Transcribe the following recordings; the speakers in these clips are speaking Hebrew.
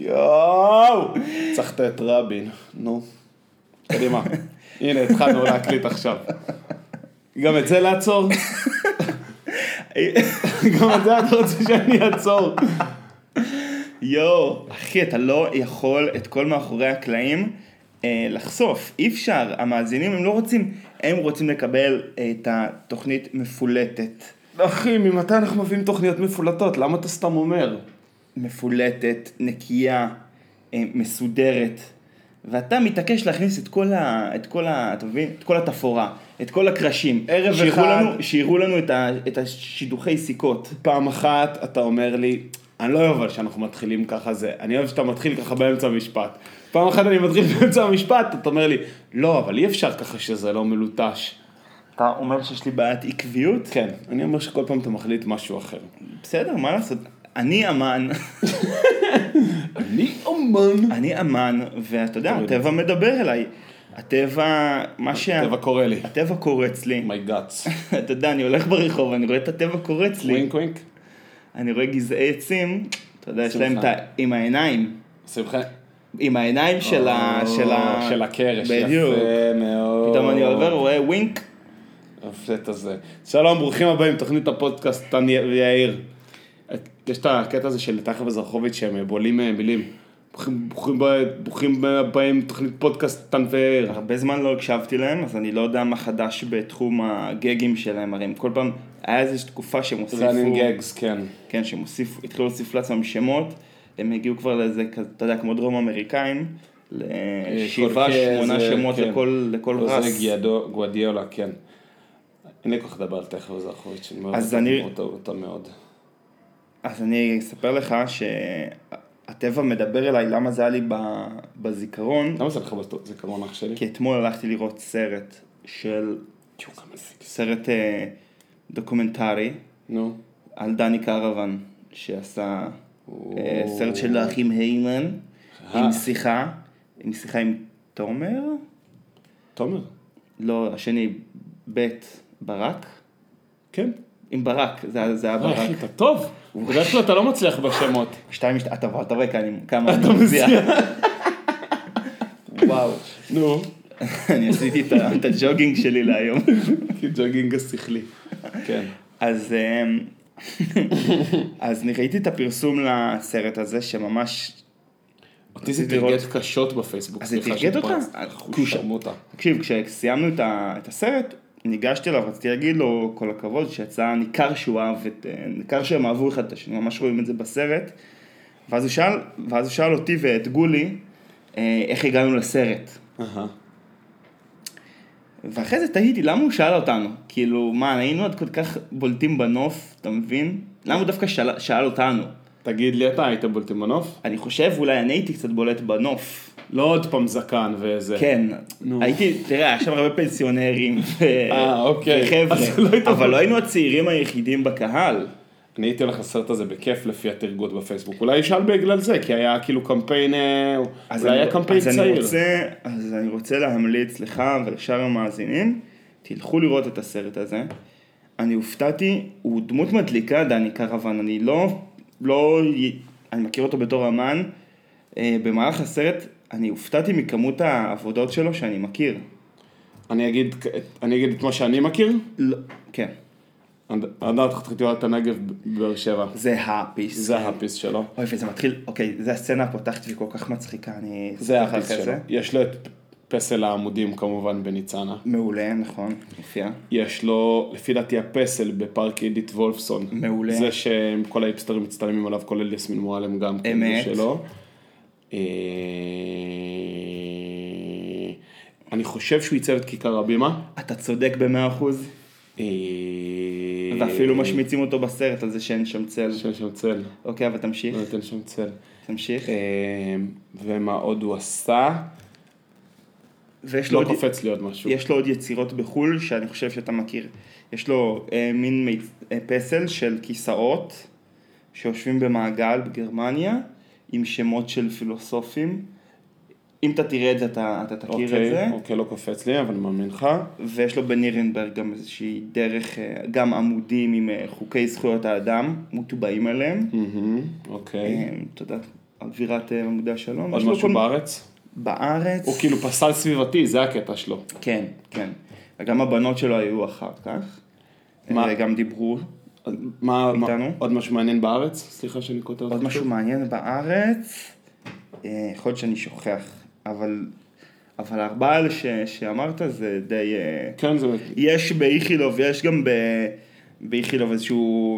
יואו! צריכת את רבין, נו. קדימה. הנה, התחלנו להקליט עכשיו. גם את זה לעצור? גם את זה אתה רוצה שאני אעצור? יואו, אחי, אתה לא יכול את כל מאחורי הקלעים לחשוף. אי אפשר, המאזינים הם לא רוצים, הם רוצים לקבל את התוכנית מפולטת. אחי, ממתי אנחנו מביאים תוכניות מפולטות? למה אתה סתם אומר? מפולטת, נקייה, מסודרת, ואתה מתעקש להכניס את כל התפורה, את כל הקרשים. ערב אחד. שיראו לנו את השידוכי סיכות. פעם אחת אתה אומר לי, אני לא אוהב שאנחנו מתחילים ככה זה, אני אוהב שאתה מתחיל ככה באמצע המשפט. פעם אחת אני מתחיל באמצע המשפט, אתה אומר לי, לא, אבל אי אפשר ככה שזה לא מלוטש. אתה אומר שיש לי בעיית עקביות? כן, אני אומר שכל פעם אתה מחליט משהו אחר. בסדר, מה לעשות? אני אמן. אני אמן, ואתה יודע, הטבע מדבר אליי. הטבע קורא לי. הטבע קורץ לי. My guts. אתה יודע, אני הולך ברחוב, אני רואה את הטבע קורץ לי. ווינק ווינק. אני רואה גזעי עצים, אתה יודע, יש להם עם העיניים. שמחה. עם העיניים של הקרש. בדיוק. יפה מאוד. פתאום אני עובר, רואה ווינק. הפלט הזה. שלום, ברוכים הבאים, תוכנית הפודקאסט טניה ויאיר. יש את הקטע הזה של תחר וזרחוביץ' שהם בולים מילים. ברוכים הבאים, תוכנית פודקאסט טניה ויאיר. הרבה זמן לא הקשבתי להם, אז אני לא יודע מה חדש בתחום הגגים שלהם. הרי כל פעם היה איזו תקופה שהם הוסיפו... running gags, כן. כן, שהם התחילו להוסיף לעצמם שמות. הם הגיעו כבר לזה, אתה יודע, כמו דרום אמריקאים, לשבעה, 8 שמות לכל רס. זה גואדיולה, כן. אין לי כל כך לדבר על תחר וזרחוביץ', אני מאוד אותה מאוד. אז אני אספר לך שהטבע מדבר אליי, למה זה היה לי בזיכרון. למה זה לך בזיכרון אח שלי? כי אתמול הלכתי לראות סרט דוקומנטרי, על דני קרוון, שעשה סרט של האחים היימן, עם שיחה עם תומר? תומר? לא, השני, בית ברק? כן. עם ברק, זה היה ברק. אתה טוב, בדרך כלל אתה לא מצליח בשמות. אתה רואה כמה אני מזיע. וואו. נו. אני עשיתי את הג'וגינג שלי להיום. ג'וגינג השכלי. כן. אז ראיתי את הפרסום לסרט הזה, שממש... אותי זה תרגט קשות בפייסבוק. אז זה תרגט אותה? תקשיב, כשסיימנו את הסרט, ניגשתי אליו, רציתי להגיד לו כל הכבוד, שיצא ניכר שהוא אהב ניכר שהם אהבו אחד את השני, ממש רואים את זה בסרט. ואז הוא שאל אותי ואת גולי, איך הגענו לסרט. ואחרי זה תהיתי, למה הוא שאל אותנו? כאילו, מה, היינו עד כל כך בולטים בנוף, אתה מבין? למה הוא דווקא שאל אותנו? תגיד לי, אתה היית בולטים בנוף? אני חושב, אולי אני הייתי קצת בולט בנוף. לא עוד פעם זקן וזה. כן, הייתי, תראה, היה שם הרבה פנסיונרים אוקיי. וחבר'ה, אבל לא היינו הצעירים היחידים בקהל. אני הייתי הולך לסרט הזה בכיף לפי התרגות בפייסבוק. אולי ישאל בגלל זה, כי היה כאילו קמפיין, אולי היה קמפיין צעיר. אז אני רוצה להמליץ לך ולשאר המאזינים, תלכו לראות את הסרט הזה. אני הופתעתי, הוא דמות מדליקה, דני קרוון, אני מכיר אותו בתור אמן. במהלך הסרט אני הופתעתי מכמות העבודות שלו שאני מכיר. אני אגיד את מה שאני מכיר? לא, כן. עדת חתיכת הנגב בבאר שבע. זה הפיס. זה הפיס שלו. אוי, וזה מתחיל, אוקיי, זה הסצנה הפותחת וכל כך מצחיקה, זה הפיס שלו. יש לו את פסל העמודים כמובן בניצנה. מעולה, נכון, מופיע. יש לו, לפי דעתי, הפסל בפארק עידית וולפסון. מעולה. זה שכל האיפסטרים מצטלמים עליו, כולל יסמין מועלם גם. אמת. שלו. אני חושב שהוא ייצב את כיכר הבימה. אתה צודק ב100%. ואפילו משמיצים אותו בסרט על זה שאין שם צל. שאין שם צל. אוקיי, אבל תמשיך. לא נתן שם צל. תמשיך. ומה עוד הוא עשה? לא קופץ לי עוד משהו. יש לו עוד יצירות בחול שאני חושב שאתה מכיר. יש לו מין פסל של כיסאות שיושבים במעגל בגרמניה עם שמות של פילוסופים. אם אתה תראה את זה, אתה תכיר את זה. אוקיי, לא קופץ לי, אבל אני מאמין לך. ויש לו בנירנברג גם איזושהי דרך, גם עמודים עם חוקי זכויות האדם, מוטובעים עליהם. אוקיי. אתה יודע, גבירת עמודי השלום. עוד משהו בארץ? בארץ. הוא כאילו פסל סביבתי, זה הקטע שלו. כן, כן. וגם הבנות שלו היו אחר כך. וגם דיברו איתנו. עוד משהו מעניין בארץ? סליחה שאני כותב. עוד משהו מעניין בארץ. יכול להיות שאני שוכח, אבל הארבעה האלה שאמרת זה די... כן, זה... יש באיכילוב, יש גם באיכילוב איזשהו...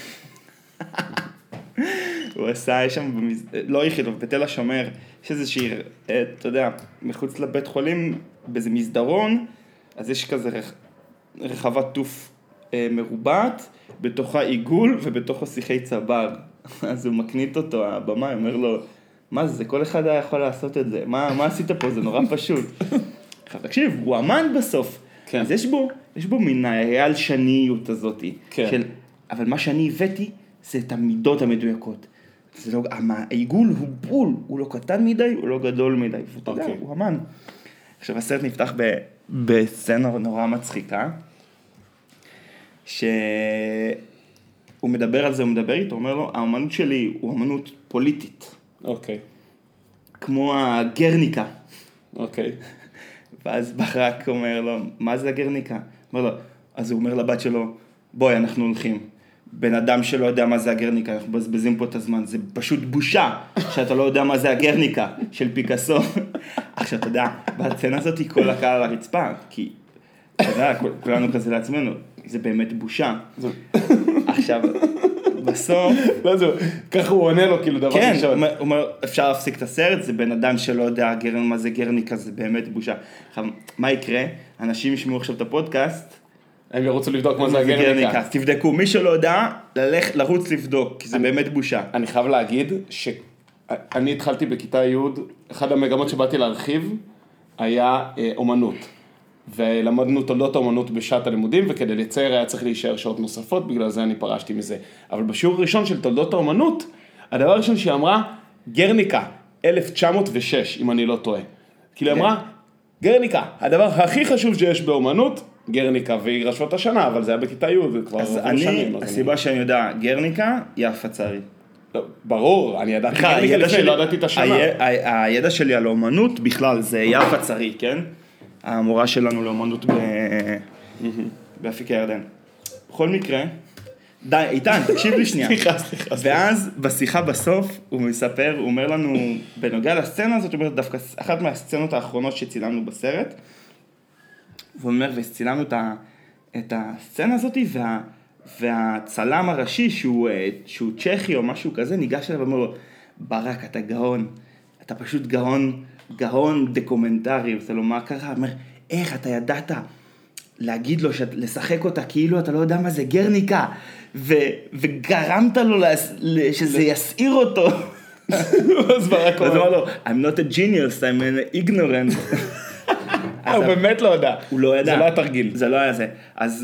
הוא עשה, יש שם, לא איכילוב, בתל השומר, יש איזה שיר, אתה יודע, מחוץ לבית חולים, באיזה מסדרון, אז יש כזה רחבת טוף מרובעת, בתוכה עיגול ובתוכה שיחי צבר. אז הוא מקנית אותו, הבמה, אומר לו, מה זה, כל אחד היה יכול לעשות את זה, מה עשית פה, זה נורא פשוט. עכשיו תקשיב, הוא אמן בסוף, כן. אז יש בו מין ההלשניות הזאת, כן. אבל מה שאני הבאתי, זה את המידות המדויקות. זה לא, העיגול הוא בול, הוא לא קטן מדי, הוא לא גדול מדי, ואתה יודע, הוא אמן. עכשיו הסרט נפתח בסצנה נורא מצחיקה, שהוא מדבר על זה, הוא מדבר איתו, הוא אומר לו, האמנות שלי הוא אמנות פוליטית. אוקיי. כמו הגרניקה. אוקיי. ואז ברק אומר לו, מה זה הגרניקה? אומר לו, אז הוא אומר לבת שלו, בואי, אנחנו הולכים. בן אדם שלא יודע מה זה הגרניקה, אנחנו בזבזים פה את הזמן, זה פשוט בושה שאתה לא יודע מה זה הגרניקה של פיקאסו. עכשיו, אתה יודע, בסצנה הזאת כל הקהל על הרצפה, כי, אתה יודע, כולנו כזה לעצמנו, זה באמת בושה. עכשיו, בסוף... לא זה, ככה הוא עונה לו, כאילו דבר ראשון. כן, הוא אומר, אפשר להפסיק את הסרט, זה בן אדם שלא יודע מה זה גרניקה, זה באמת בושה. עכשיו, מה יקרה? אנשים ישמעו עכשיו את הפודקאסט, הם ירוצו לבדוק מה זה הגרניקה. אז תבדקו, מי שלא יודע, לרוץ לבדוק, כי זה באמת בושה. אני חייב להגיד שאני התחלתי בכיתה י', אחד המגמות שבאתי להרחיב היה אומנות. ולמדנו תולדות האומנות בשעת הלימודים, וכדי לצייר היה צריך להישאר שעות נוספות, בגלל זה אני פרשתי מזה. אבל בשיעור הראשון של תולדות האומנות, הדבר הראשון שהיא אמרה, גרניקה, 1906, אם אני לא טועה. כאילו היא אמרה, גרניקה, הדבר הכי חשוב שיש באומנות, גרניקה, והיא רשבה את השנה, אבל זה היה בכיתה י' וכבר עברו שנים. הסיבה שאני יודע, גרניקה, יפה צרי. ברור, אני ידעתי גרניקה לפני, לא ידעתי את השנה. הידע שלי על האומנות בכלל זה יפה צרי, כן? המורה שלנו לאומנות באפיק הירדן. בכל מקרה, די, איתן, תקשיב לי שנייה. סליחה. ואז בשיחה בסוף הוא מספר, הוא אומר לנו, בנוגע לסצנה הזאת, הוא אומר דווקא אחת מהסצנות האחרונות שצילמנו בסרט, והוא אומר, וצילמנו את הסצנה הזאת, והצלם הראשי, שהוא צ'כי או משהו כזה, ניגש אליו ואומר לו, ברק, אתה גאון, אתה פשוט גאון דוקומנטרי, וזה לו, מה קרה? הוא אומר, איך אתה ידעת להגיד לו, לשחק אותה כאילו אתה לא יודע מה זה גרניקה, וגרמת לו שזה יסעיר אותו. אז ברק אומר לו, I'm not a genius, I'm an ignorant. הוא באמת לא יודע. הוא לא ידע. זה לא היה תרגיל. זה לא היה זה. אז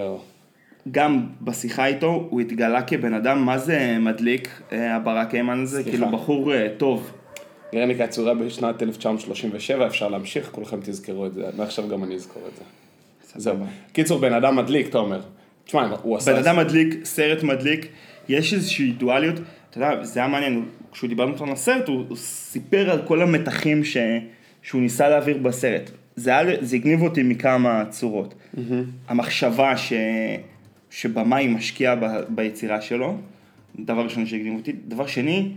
גם בשיחה איתו הוא התגלה כבן אדם, מה זה מדליק, הברק הימן הזה, כאילו בחור טוב. גרניקה יצורה בשנת 1937, אפשר להמשיך, כולכם תזכרו את זה, מעכשיו גם אני אזכור את זה. זהו. קיצור, בן אדם מדליק, אתה אומר. תשמע, הוא עשה... בן אדם מדליק, סרט מדליק, יש איזושהי דואליות, אתה יודע, זה היה מעניין, כשהוא דיברנו אותו על הסרט, הוא סיפר על כל המתחים שהוא ניסה להעביר בסרט. זה הגניב אותי מכמה צורות. המחשבה שבמאי משקיע ביצירה שלו, דבר ראשון שהגניב אותי. דבר שני,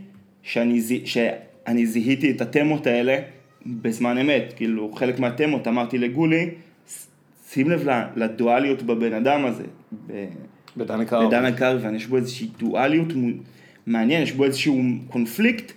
שאני זיהיתי את התמות האלה בזמן אמת. כאילו, חלק מהתמות אמרתי לגולי, שים לב לדואליות בבן אדם הזה. בדן הקרבן, יש בו איזושהי דואליות מעניין, יש בו איזשהו קונפליקט,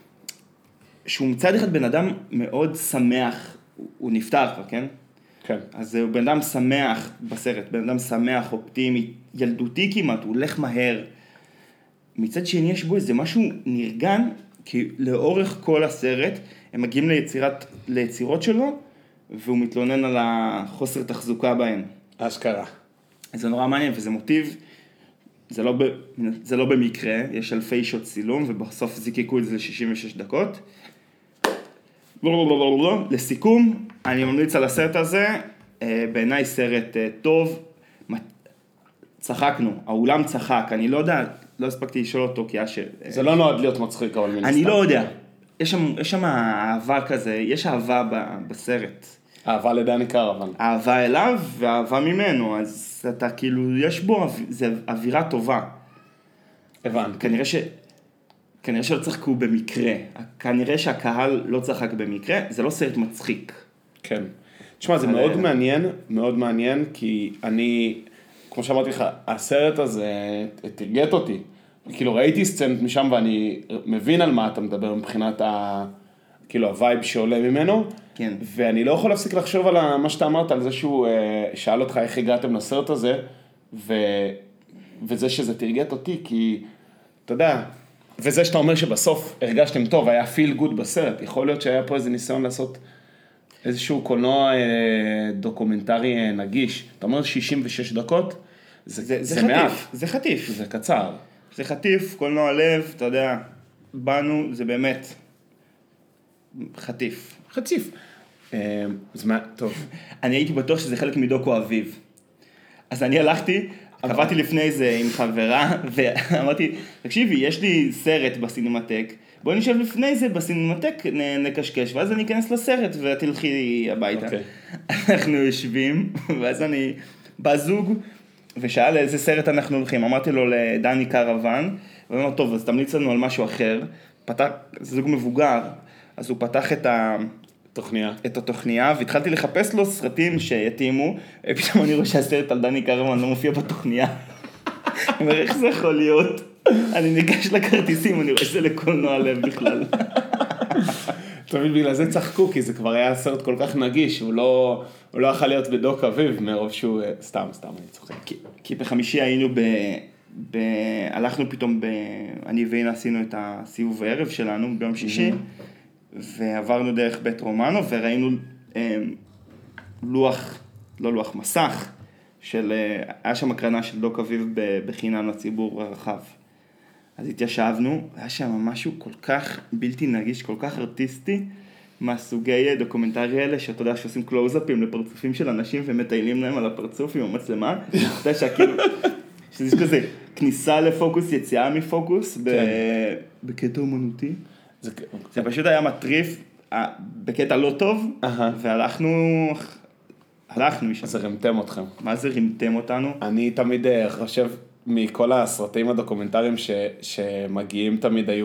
שהוא מצד אחד בן אדם מאוד שמח, הוא נפטר כבר, כן? כן. אז הוא בן אדם שמח בסרט, בן אדם שמח, אופטימי, ילדותי כמעט, הוא הולך מהר. מצד שני יש בו איזה משהו נרגן, כי לאורך כל הסרט הם מגיעים ליצירות שלו, והוא מתלונן על החוסר תחזוקה בהן. אשכרה. זה נורא מעניין, וזה מוטיב, זה לא במקרה, יש אלפי שעות צילום, ובסוף זיקקו את זה ל-66 דקות. לסיכום, אני ממליץ על הסרט הזה, בעיניי סרט טוב, צחקנו, האולם צחק, אני לא יודע לא הספקתי לשאול אותו, כי זה לא נועד להיות מצחיק, אבל מן הסתם. אני לא יודע. יש שם אהבה כזה, יש אהבה בסרט. אהבה לדני קרוון. אהבה אליו ואהבה ממנו, אז אתה כאילו, יש בו, זה אווירה טובה. הבנתי. כנראה שלא צחקו במקרה. כנראה שהקהל לא צחק במקרה, זה לא סרט מצחיק. כן. תשמע, זה מאוד מעניין, כי אני, כמו שאמרתי לך, הסרט הזה תרגט אותי. כאילו ראיתי סצנות משם ואני מבין על מה אתה מדבר מבחינת כאילו הווייב שעולה ממנו. כן. ואני לא יכול להפסיק לחשוב על מה שאתה אמרת, על זה שהוא שאל אותך איך הגעתם לסרט הזה, וזה שזה תרגט אותי, כי אתה יודע, וזה שאתה אומר שבסוף הרגשתם טוב, היה פיל גוד בסרט, יכול להיות שהיה פה איזה ניסיון לעשות איזשהו קולנוע דוקומנטרי נגיש. אתה אומר 66 דקות, זה מעט. זה חטיף. זה קצר. זה חטיף, קולנוע לב, אתה יודע, באנו, זה באמת חטיף. חציף. אז מה, טוב. אני הייתי בטוח שזה חלק מדוקו אביב. אז אני הלכתי, קבעתי לפני זה עם חברה, ואמרתי, תקשיבי, יש לי סרט בסינמטק, בואי נשב לפני זה בסינמטק, נקשקש, ואז אני אכנס לסרט ותלכי הביתה. אנחנו יושבים, ואז אני בזוג, ושאל איזה סרט אנחנו הולכים, אמרתי לו לדני קרוון, והוא אמר, טוב, אז תמליץ לנו על משהו אחר, זוג מבוגר, אז הוא פתח את התוכניה, והתחלתי לחפש לו סרטים שיתאימו, ופתאום אני רואה שהסרט על דני קרוון לא מופיע בתוכניה. אני אומר, איך זה יכול להיות? אני ניגש לכרטיסים, אני רואה שזה לקולנוע לב בכלל. תמיד בגלל זה צחקו, כי זה כבר היה סרט כל כך נגיש, הוא לא יכול להיות בדוק אביב, מרוב שהוא, סתם, אני צוחק. כי בחמישי היינו הלכנו פתאום, אני ואינה עשינו את הסיבוב הערב שלנו ביום שישי, ועברנו דרך בית רומנו, וראינו מסך, היה שם הקרנה של דוק אביב בחינם לציבור הרחב. אז התיישבנו, היה שם משהו כל כך בלתי נגיש, כל כך ארטיסטי, מהסוגי דוקומנטרי האלה, שאתה יודע שעושים קלוז-אפים לפרצופים של אנשים, ומטיילים להם על הפרצוף עם המצלמה, אתה יודע שכאילו, שזה כזה כניסה לפוקוס, יציאה מפוקוס, בקטע אומנותי. זה פשוט היה מטריף, בקטע לא טוב, והלכנו משם. זה רמתם אתכם. מה זה רמתם אותנו? אני תמיד חושב, מכל הסרטים הדוקומנטריים שמגיעים תמיד היו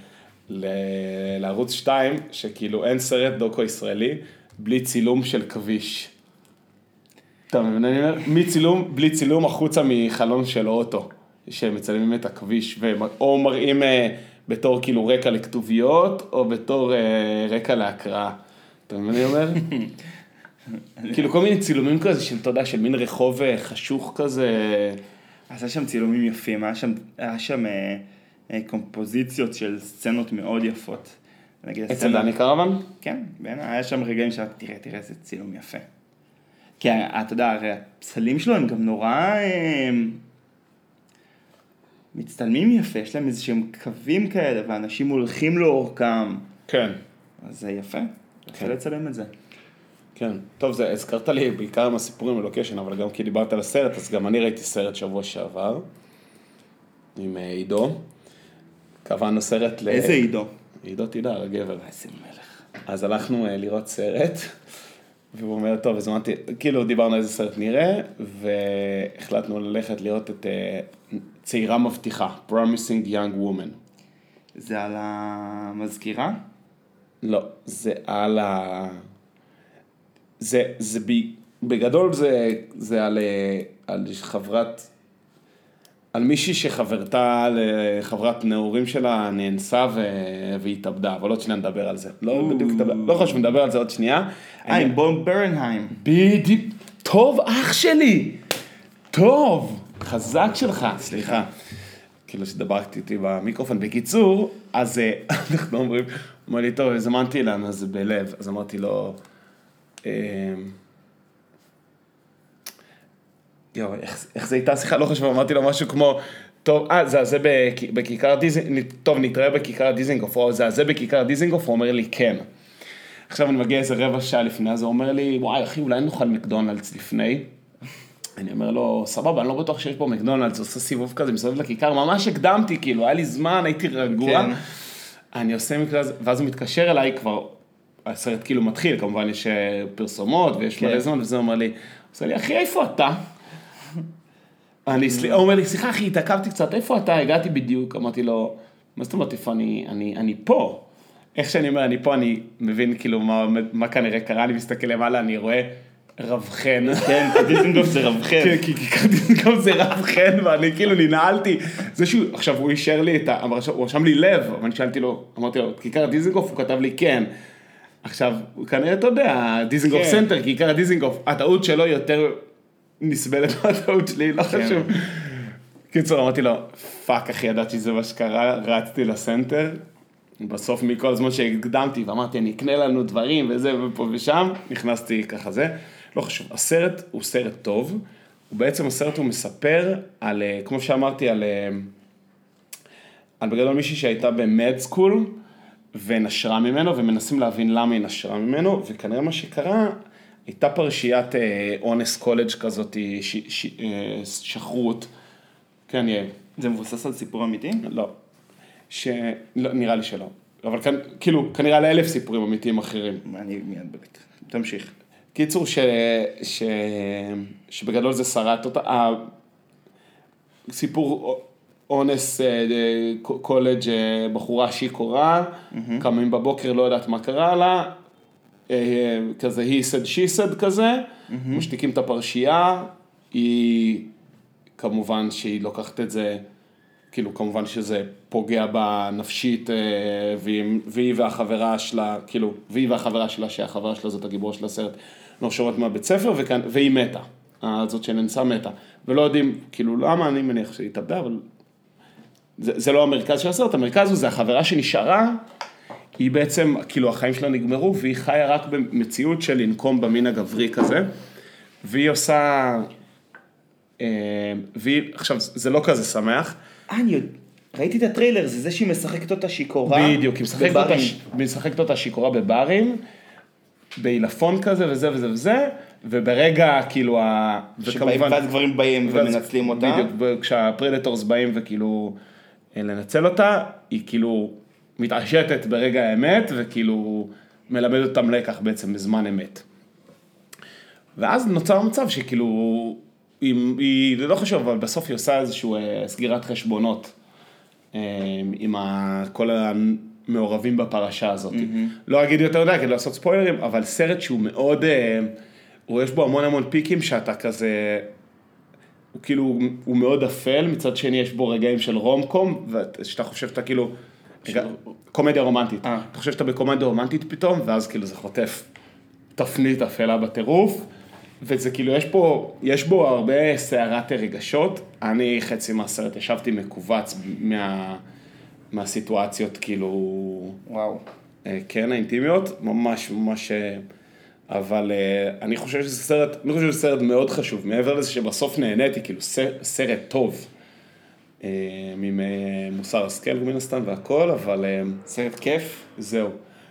לערוץ 2, שכאילו אין סרט דוקו ישראלי, בלי צילום של כביש. אתה מבין, אני אומר, בלי צילום החוצה מחלון של אוטו, שמצלמים את הכביש, או מראים בתור כאילו רקע לכתוביות, או בתור רקע להקראה. אתה מבין, אני אומר? כאילו כל מיני צילומים כזה, אתה יודע, של מין רחוב חשוך כזה. אז היה שם צילומים יפים, היה שם קומפוזיציות של סצנות מאוד יפות. אצל דני קרוון? כן, היה שם רגעים תראה איזה צילום יפה. כי אתה יודע, הרי הפסלים שלו הם גם נורא מצטלמים יפה, יש להם איזה שהם קווים כאלה, ואנשים הולכים לאורכם. כן. אז זה יפה, יפה לצלם את זה. כן, טוב, זה הזכרת לי בעיקר עם הסיפורים בלוקיישן, אבל גם כי דיברת על הסרט, אז גם אני ראיתי סרט שבוע שעבר, עם עידו. קבענו סרט איזה עידו? עידו תידר, הגבר. איזה מלך. אז הלכנו לראות סרט, והוא אומר, טוב, אז אמרתי, כאילו דיברנו איזה סרט נראה, והחלטנו ללכת לראות את צעירה מבטיחה, Promising Young Woman. זה על המזכירה? לא, זה על בגדול זה על חברת, על מישהי שחברתה לחברת נעורים שלה נאנסה והתאבדה, אבל עוד שנייה נדבר על זה. לא בדיוק התאבדה, לא חושב נדבר על זה עוד שנייה. עם בון ברנהיים. בדיוק, טוב אח שלי, טוב, חזק שלך, סליחה. כאילו שדברתי איתי במיקרופון. בקיצור, אז אנחנו אומרים, אמר לי, טוב, הזמנתי לנו, אז בלב, אז אמרתי לו, יו, איך זה הייתה שיחה? לא חושב, אמרתי לו משהו כמו, טוב, זה בכיכר דיזינגוף, טוב, נתראה בכיכר דיזינגוף, או זה בכיכר דיזינגוף, הוא אומר לי, כן. עכשיו אני מגיע איזה רבע שעה לפני, אז הוא אומר לי, וואי, אחי, אולי נאכל מקדונלדס לפני. אני אומר לו, סבבה, אני לא בטוח שיש פה מקדונלדס, עושה סיבוב כזה מסביב לכיכר, ממש הקדמתי, כאילו, היה לי זמן, הייתי רגוע. כן. אני עושה מקרה, ואז הוא מתקשר אליי, כבר הסרט כאילו מתחיל, כמובן יש פרסומות ויש מלא זמן, וזה אומר לי, הוא עושה לי, אחי, איפה אתה? הוא אומר לי, סליחה אחי, התעכבתי קצת, איפה אתה? הגעתי בדיוק, אמרתי לו, מה זאת אומרת, איפה אני פה? איך שאני אומר, אני פה, אני מבין כאילו מה כנראה קרה, אני מסתכל למעלה, אני רואה רב חן. כן, דיזנגוף זה רב חן. כן, כי דיזנגוף זה רב חן, ואני כאילו ננעלתי. זה שהוא, עכשיו הוא אישר לי הוא רשם לי לב, אבל אני שאלתי לו, אמרתי לו, כיכר דיזנגוף, הוא כתב לי כן. עכשיו, כנראה אתה יודע, דיזנגוף סנטר, כיכר דיזנגוף, הטעות שלו יותר נסבלת מהטעות שלי, לא חשוב. קיצור, אמרתי לו, פאק אחי, ידעתי שזה מה שקרה, רצתי לסנטר, בסוף מכל הזמן שהקדמתי ואמרתי, אני אקנה לנו דברים וזה ופה ושם, נכנסתי ככה זה, לא חשוב, הסרט הוא סרט טוב, ובעצם הסרט הוא מספר על, כמו שאמרתי, על בגדול מישהי שהייתה במד סקול, ונשרה ממנו, ומנסים להבין למה היא נשרה ממנו, וכנראה מה שקרה, הייתה פרשיית אונס קולג' כזאת, שחרות, כן, יהיה. זה מבוסס על סיפור אמיתי? לא. לא, נראה לי שלא. אבל כאילו, כנראה על 1,000 סיפורים אמיתיים אחרים. אני מיד בבית. תמשיך. קיצור, שבגדול זה שרת אותה, סיפור אונס קולג' בחורה שיכורה, קמים בבוקר, לא יודעת מה קרה לה, כזה he said she said כזה, משתיקים את הפרשייה, היא כמובן שהיא לוקחת את זה, כאילו כמובן שזה פוגע בה נפשית, והיא והחברה שלה, כאילו, והיא והחברה שלה, שהחברה שלה זאת הגיבור של הסרט, נושרות מהבית ספר, והיא מתה, זאת שננסה מתה, ולא יודעים, כאילו, למה אני מניח שהיא התאבדה, אבל זה לא המרכז של הסרט, המרכז זה החברה שנשארה, היא בעצם, כאילו, החיים שלה נגמרו, והיא חיה רק במציאות של לנקום במין הגברי כזה, והיא עושה, עכשיו, זה לא כזה שמח. אני ראיתי את הטריילר, זה שהיא משחקת אותה שיכורה. בדיוק, היא משחקת אותה שיכורה בברים, בעילפון כזה וזה וזה וזה, וברגע, כאילו, ואז גברים באים ומנצלים אותה. בדיוק, כשהפרדטורס באים וכאילו לנצל אותה, היא כאילו מתעשתת ברגע האמת, וכאילו מלמד אותם לקח בעצם בזמן אמת. ואז נוצר מצב שכאילו, היא לא חשוב, אבל בסוף היא עושה איזשהו סגירת חשבונות, עם כל המעורבים בפרשה הזאת. לא אגיד יותר די, כדי לעשות ספוילרים, אבל סרט שהוא מאוד, יש בו המון פיקים שאתה כזה, הוא כאילו, הוא מאוד אפל, מצד שני יש בו רגעים של רום-קום, ושאתה חושב שאתה כאילו, קומדיה רומנטית. אתה חושב שאתה בקומדיה רומנטית פתאום, ואז כאילו זה חוטף תפנית אפלה בטירוף, וזה כאילו, יש בו הרבה סערת רגשות. אני חצי מהסרט ישבתי מקובץ מהסיטואציות, כאילו, וואו. כן, האינטימיות, ממש, אבל אני חושב שזה סרט מאוד חשוב, מעבר לזה שבסוף נהניתי, כאילו, סרט טוב, ממוסר השכל מן הסתם והכל, אבל סרט כיף. זהו.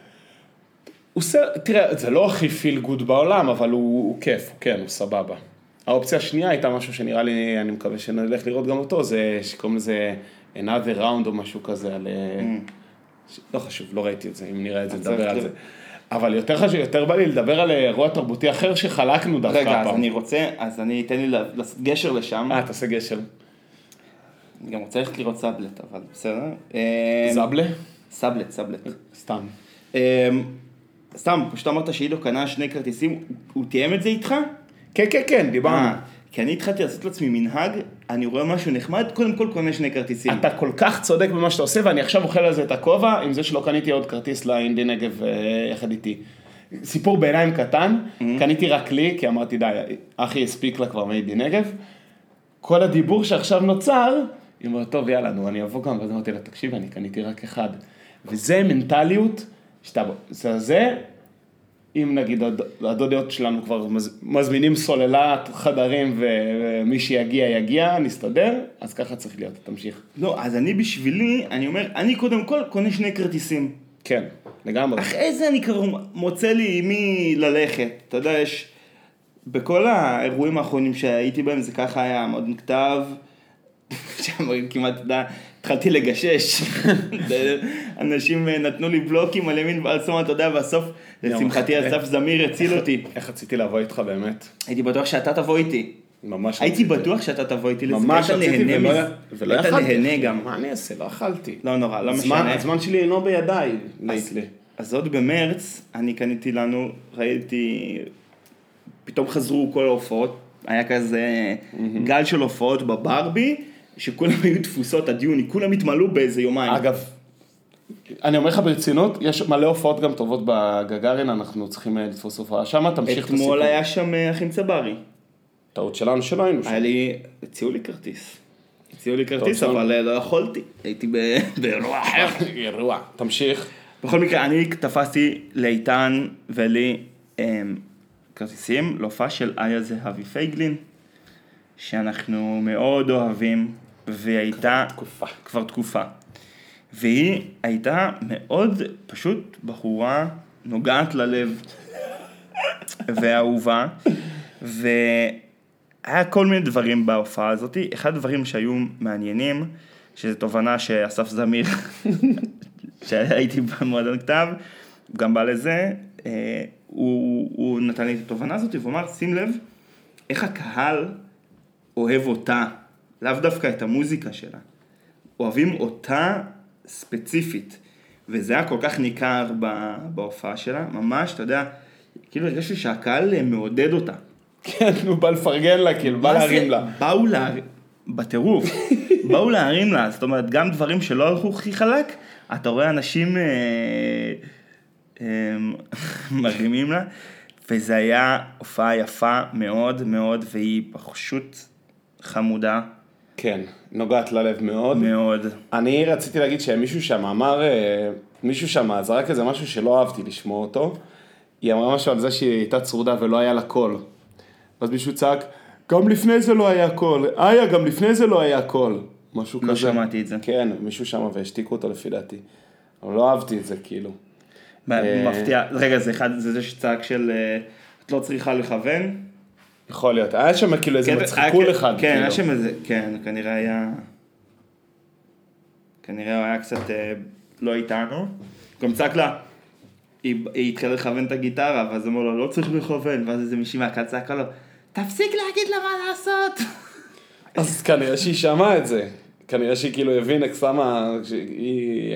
תראה, זה לא הכי פיל גוד בעולם, אבל הוא כיף, כן, הוא סבבה. האופציה השנייה הייתה משהו שנראה לי, אני מקווה שנלך לראות גם אותו, זה שקוראים לזה another round או משהו כזה, לא חשוב, לא ראיתי את זה, אם נראה את זה, נדבר על זה. אבל יותר חשוב, יותר בא לי לדבר על אירוע תרבותי אחר שחלקנו דווקא פעם. רגע, אז אני אתן לי לעשות גשר לשם. תעשה גשר. אני גם רוצה ללכת לראות סאבלט, אבל בסדר. זבלה? סאבלט. סתם. סתם, פשוט אמרת שעידו קנה 2 כרטיסים, הוא תיאם את זה איתך? כן, דיברנו. כי אני התחלתי לעשות לעצמי מנהג, אני רואה משהו נחמד, קודם כל קונה 2 כרטיסים. אתה כל כך צודק במה שאתה עושה, ואני עכשיו אוכל על זה את הכובע, עם זה שלא קניתי עוד כרטיס לאינדי נגב יחד איתי. סיפור בעיניים קטן, קניתי רק לי, כי אמרתי די, אחי הספיק לה כבר מאינדי נגב. כל הדיבור שעכשיו נוצר, היא אומרת, טוב יאללה, אני אבוא גם, ואז אמרתי לה, תקשיב, אני קניתי רק אחד. וזה מנטליות, זה, אם נגיד הדודות שלנו כבר מזמינים סוללת חדרים ומי שיגיע, נסתדר, אז ככה צריך להיות, תמשיך. לא, אז אני בשבילי, אני אומר, אני קודם כל קונה 2 כרטיסים. כן, לגמרי. אחרי זה אני כבר מוצא לי מי ללכת, אתה יודע, יש בכל האירועים האחרונים שהייתי בהם זה ככה היה מאוד נכתב, שם כמעט, אתה יודע, התחלתי לגשש, אנשים נתנו לי בלוקים על ימין ועל שמאל, אתה יודע, בסוף, לשמחתי אסף זמיר הציל אותי. איך רציתי לבוא איתך באמת? הייתי בטוח שאתה תבוא איתי. ממש רציתי. הייתי בטוח שאתה תבוא איתי לזה. ממש רציתי ולא היית יכלתי. נהנה גם. מה אני אעשה? לא אכלתי. לא נורא, לא משנה. הזמן שלי אינו בידיי, לי. אז עוד במרץ, אני קניתי לנו, ראיתי, פתאום חזרו כל ההופעות, היה כזה גל של הופעות בברבי, שכולם היו תפוסות עד יוני, כולם התמלאו באיזה יומיים. אגב, אני אומר לך ברצינות, יש מלא הופעות גם טובות בגגארין, אנחנו צריכים לתפוס הופעה שם, תמשיך את הסיפור. אתמול היה שם אחים צברי. טעות שלנו שלא היינו שם. הציעו לי כרטיס. אבל לא יכולתי, הייתי באירוע אחר. אירוע, תמשיך. בכל מקרה, אני תפסתי לאיתן ולי כרטיסים להופעה של איה זהבי פייגלין, שאנחנו מאוד אוהבים, והיא הייתה כבר תקופה. והיא הייתה מאוד פשוט בחורה נוגעת ללב ואהובה, והיה כל מיני דברים בהופעה הזאת. אחד הדברים שהיו מעניינים, שזו תובנה שאסף זמיר, שהייתי במועדון כתב, גם בא לזה, הוא נתן לי את התובנה הזאת, והוא אמר, שים לב, איך הקהל אוהב אותה, לאו דווקא את המוזיקה שלה, אוהבים אותה ספציפית, וזה היה כל כך ניכר בהופעה שלה, ממש, אתה יודע, כאילו הרגשתי שהקהל מעודד אותה. כן, הוא בא לפרגן לה, כאילו, בא להרים לה. באו לה, בטירוף, באו להרים לה, זאת אומרת, גם דברים שלא הלכו הכי חלק, אתה רואה אנשים מרימים לה, וזה היה הופעה יפה מאוד מאוד, והיא פשוט חמודה. כן, נוגעת ללב מאוד. מאוד. אני רציתי להגיד שמישהו שם אמר, מישהו שם זרק איזה משהו שלא אהבתי לשמוע אותו, היא אמרה משהו על זה שהיא הייתה צרודה ולא היה לה קול. אז מישהו צעק, גם לפני זה לא היה קול, גם לפני זה לא היה קול. משהו כזה. לא שמעתי את זה. כן, מישהו שם והשתיקו אותו לפי דעתי. אבל לא אהבתי את זה, כאילו. מפתיע. רגע, זה שצעק של, את לא צריכה לכוון? יכול להיות. היה שם כאילו איזה מצחיקול אחד. כן, היה שם איזה, כן, כנראה היה קצת לא איתנו. גם צעק לה, היא התחילה לכוון את הגיטרה, ואז אמרו לו, לא צריך לכוון, ואז איזה מישהי מהקהל צעקה לו, תפסיק להגיד לה מה לעשות. אז כנראה שהיא שמעה את זה. כנראה שהיא כאילו הבינה כמה שהיא...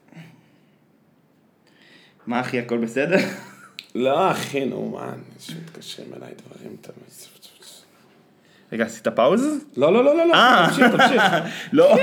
מה אחי, הכל בסדר? לא אחי, נו מה, שמתקשרים אליי דברים תמיד. רגע, עשית פאוז? לא, תמשיך. לא,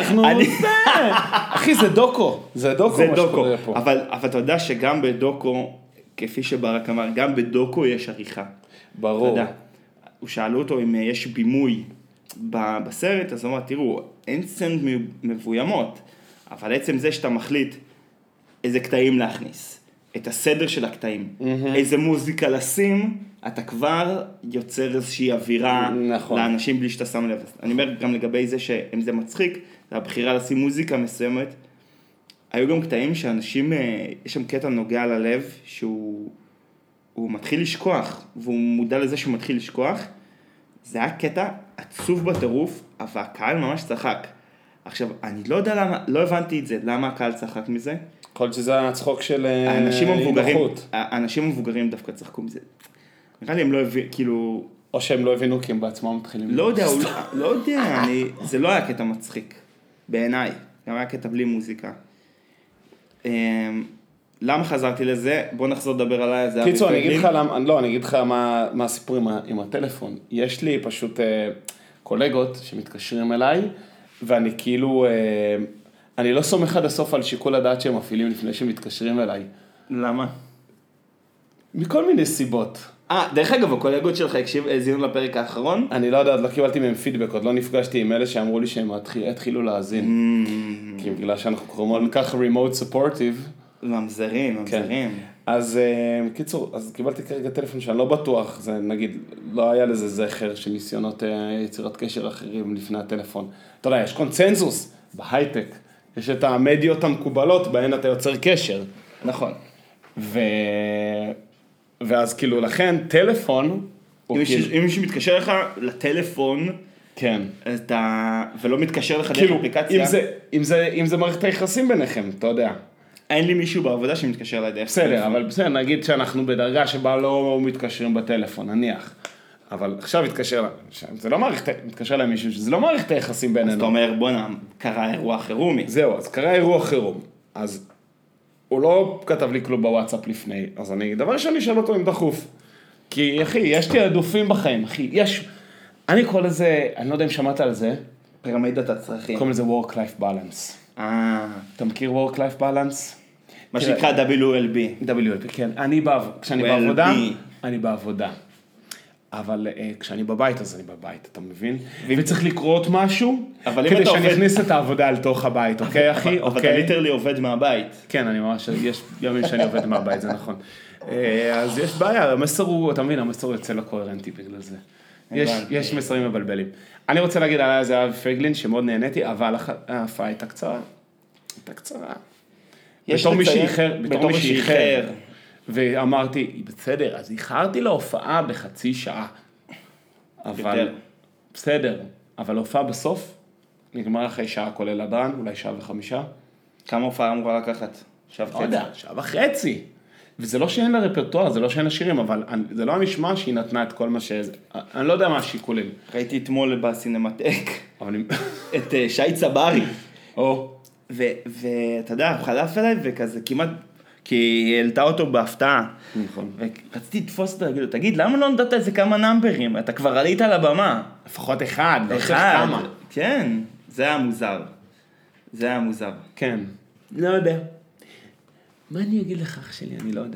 אחי, זה דוקו. זה דוקו. אבל אתה יודע שגם בדוקו, כפי שברק אמר, גם בדוקו יש עריכה. ברור. הוא שאלו אותו אם יש בימוי בסרט, אז הוא אמר, תראו, אין סצנות מבוימות, אבל עצם זה שאתה מחליט איזה קטעים להכניס, את הסדר של הקטעים, איזה מוזיקה לשים, אתה כבר יוצר איזושהי אווירה לאנשים בלי שאתה שם לב. אני אומר גם לגבי זה שאם זה מצחיק, זה הבחירה לשים מוזיקה מסוימת, היו גם קטעים שאנשים, יש שם קטע נוגע ללב, שהוא מתחיל לשכוח, והוא מודע לזה שהוא מתחיל לשכוח, זה היה קטע עצוב בטירוף, אבל הקהל ממש צחק. עכשיו, אני לא יודע למה, לא הבנתי את זה, למה הקהל צחק מזה. יכול להיות שזה הצחוק של האנשים המבוגרים דווקא צחקו מזה. נראה לי הם לא הבינו, כאילו... או שהם לא הבינו כי הם בעצמם מתחילים... לא יודע, זה לא היה קטע מצחיק, בעיניי. גם היה קטע בלי מוזיקה. למה חזרתי לזה? בוא נחזור לדבר עליי. קיצור, אני אגיד לך מה הסיפור עם הטלפון. יש לי פשוט קולגות שמתקשרים אליי, ואני כאילו... אני לא סומך עד הסוף על שיקול הדעת שהם מפעילים לפני שהם מתקשרים אליי. למה? מכל מיני סיבות. דרך אגב, הקולגות שלך האזינו לפרק האחרון? אני לא יודע, לא קיבלתי מהם פידבק, עוד לא נפגשתי עם אלה שאמרו לי שהם התחילו להאזין. כי בגלל שאנחנו קוראים כך remote supportive. ממזרים. אז קיצור, אז קיבלתי כרגע טלפון שאני לא בטוח, זה נגיד, לא היה לזה זכר של ניסיונות יצירת קשר אחרים לפני הטלפון. אתה יודע, יש קונצנזוס בהייטק, יש את המדיות המקובלות בהן אתה יוצר קשר. נכון. ואז כאילו לכן טלפון אם מישהו מתקשר לך לטלפון, כן. ולא מתקשר לך דרך כאילו, אפליקציה. אם זה מערכת היחסים ביניכם, אתה יודע. אין לי מישהו בעבודה שמתקשר אליי דרך. בסדר, אבל בסדר, נגיד שאנחנו בדרגה שבה לא מתקשרים בטלפון, נניח. אבל עכשיו זה לא מתקשר להם מישהו, זה לא מערכת היחסים בינינו. אז אתה אומר, בוא'נה, קרה אירוע חירומי. זהו, אז קרה אירוע חירום. אז הוא לא כתב לי כלום בוואטסאפ לפני, אז דבר ראשון אשאל אותו אם דחוף. כי, אחי, יש תעדופים בחיים, אחי, אני קורא לזה, אני לא יודע אם שמעת על זה. פירמידת הצרכים. קוראים לזה work-life balance. אתה מכיר work-life balance? מה שנקרא WLB. WLB, כן. כשאני בעבודה. אבל כשאני בבית, אז אני בבית, אתה מבין? וצריך לקרות משהו, כדי שאני אכניס את העבודה אל תוך הבית, אוקיי, אחי? אבל אתה ליטרלי עובד מהבית. כן, אני ממש, יש ימים שאני עובד מהבית, זה נכון. אז יש בעיה, המסר הוא, אתה מבין, המסר הוא יוצא לא קוהרנטי בגלל זה. יש מסרים מבלבלים. אני רוצה להגיד עליי זה אבי פייגלין, שמאוד נהניתי, אבל ההופעה הייתה קצרה. בתור מישהי איחר. ואמרתי, בסדר, אז איחרתי להופעה בחצי שעה. אבל, בסדר, אבל ההופעה בסוף, נגמר אחרי שעה כולל הדרן, אולי שעה ו5. כמה הופעה אמורה לקחת? שעה וחצי. וזה לא שאין לה רפרטואר, זה לא שאין לה שירים, אבל זה לא נשמע שהיא נתנה את כל מה אני לא יודע מה השיקולים. ראיתי אתמול בסינמטק את שי צברי. ואתה יודע, הוא חלף אליי וכזה כמעט, כי היא העלתה אותו בהפתעה. נכון. ורציתי לתפוס אותו, תגיד, למה לא נתת איזה כמה נאמברים? אתה כבר עלית על הבמה. לפחות אחד. כמה. כן, זה היה מוזר. כן. לא יודע. מה אני אגיד לך, אח שלי? אני לא יודע.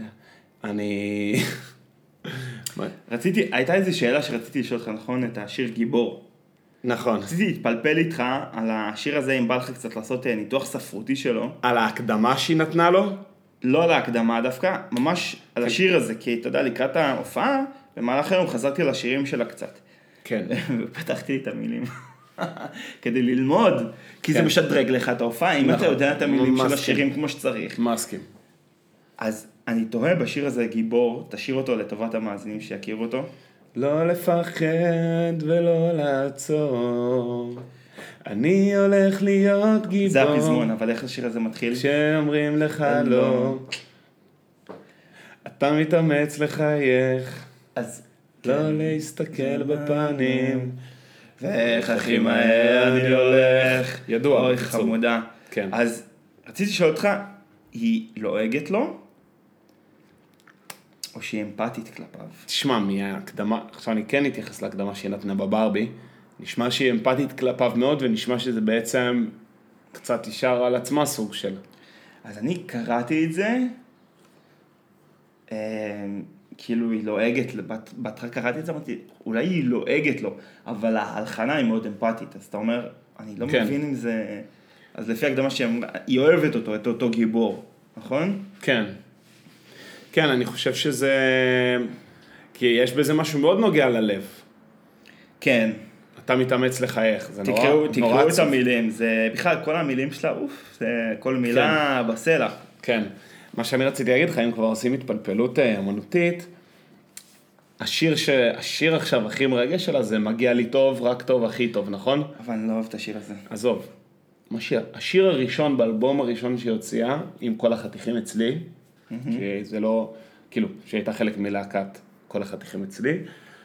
הייתה איזו שאלה שרציתי לשאול אותך, נכון? את השיר גיבור. נכון. רציתי להתפלפל איתך על השיר הזה, אם בא לך קצת לעשות ניתוח ספרותי שלו. על ההקדמה שהיא נתנה לו? לא על ההקדמה דווקא, ממש על השיר הזה, כי אתה יודע, לקראת ההופעה, במהלך היום חזרתי לשירים שלה קצת. כן. ופתחתי את המילים. כדי ללמוד, כי זה משדרג לך את ההופעה, אם אתה יודע את המילים של השירים כמו שצריך. מסכים. אז אני תוהה בשיר הזה גיבור, תשאיר אותו לטובת המאזינים שיכירו אותו. לא לפחד ולא לעצור, אני הולך להיות גיבור. זה הפזמון, אבל איך השיר הזה מתחיל? כשאומרים לך לא, אתה מתאמץ לחייך, אז לא להסתכל בפנים, ואיך הכי מהר אני הולך. ידוע. אוי חמודה. כן. אז רציתי לשאול אותך, היא לועגת לו? או שהיא אמפתית כלפיו? תשמע, מההקדמה, עכשיו אני כן אתייחס להקדמה שהיא נתנה בברבי, נשמע שהיא אמפתית כלפיו מאוד, ונשמע שזה בעצם קצת ישר על עצמה סוג של. אז אני קראתי את זה, כאילו היא לועגת, בהתחלה קראתי את זה, אמרתי, אולי היא לועגת לו, אבל ההלחנה היא מאוד אמפתית, אז אתה אומר, אני לא מבין אם זה, אז לפי הקדמה שהיא אוהבת אותו, את אותו גיבור, נכון? כן. כן, אני חושב שזה, כי יש בזה משהו מאוד נוגע ללב. כן. אתה מתאמץ לחייך, זה נורא עצוב. תקראו את המילים, זה בכלל, כל המילים שלה, זה כל מילה בסלע. כן. מה שאני רציתי להגיד לך, אם כבר עושים התפלפלות אמנותית, השיר עכשיו הכי מרגש שלה זה מגיע לי טוב, רק טוב, הכי טוב, נכון? אבל אני לא אוהב את השיר הזה. עזוב. השיר הראשון, באלבום הראשון שהיא הוציאה, עם כל החתיכים אצלי, שזה לא, כאילו, שהייתה חלק מלהקת כל החתיכים אצלי.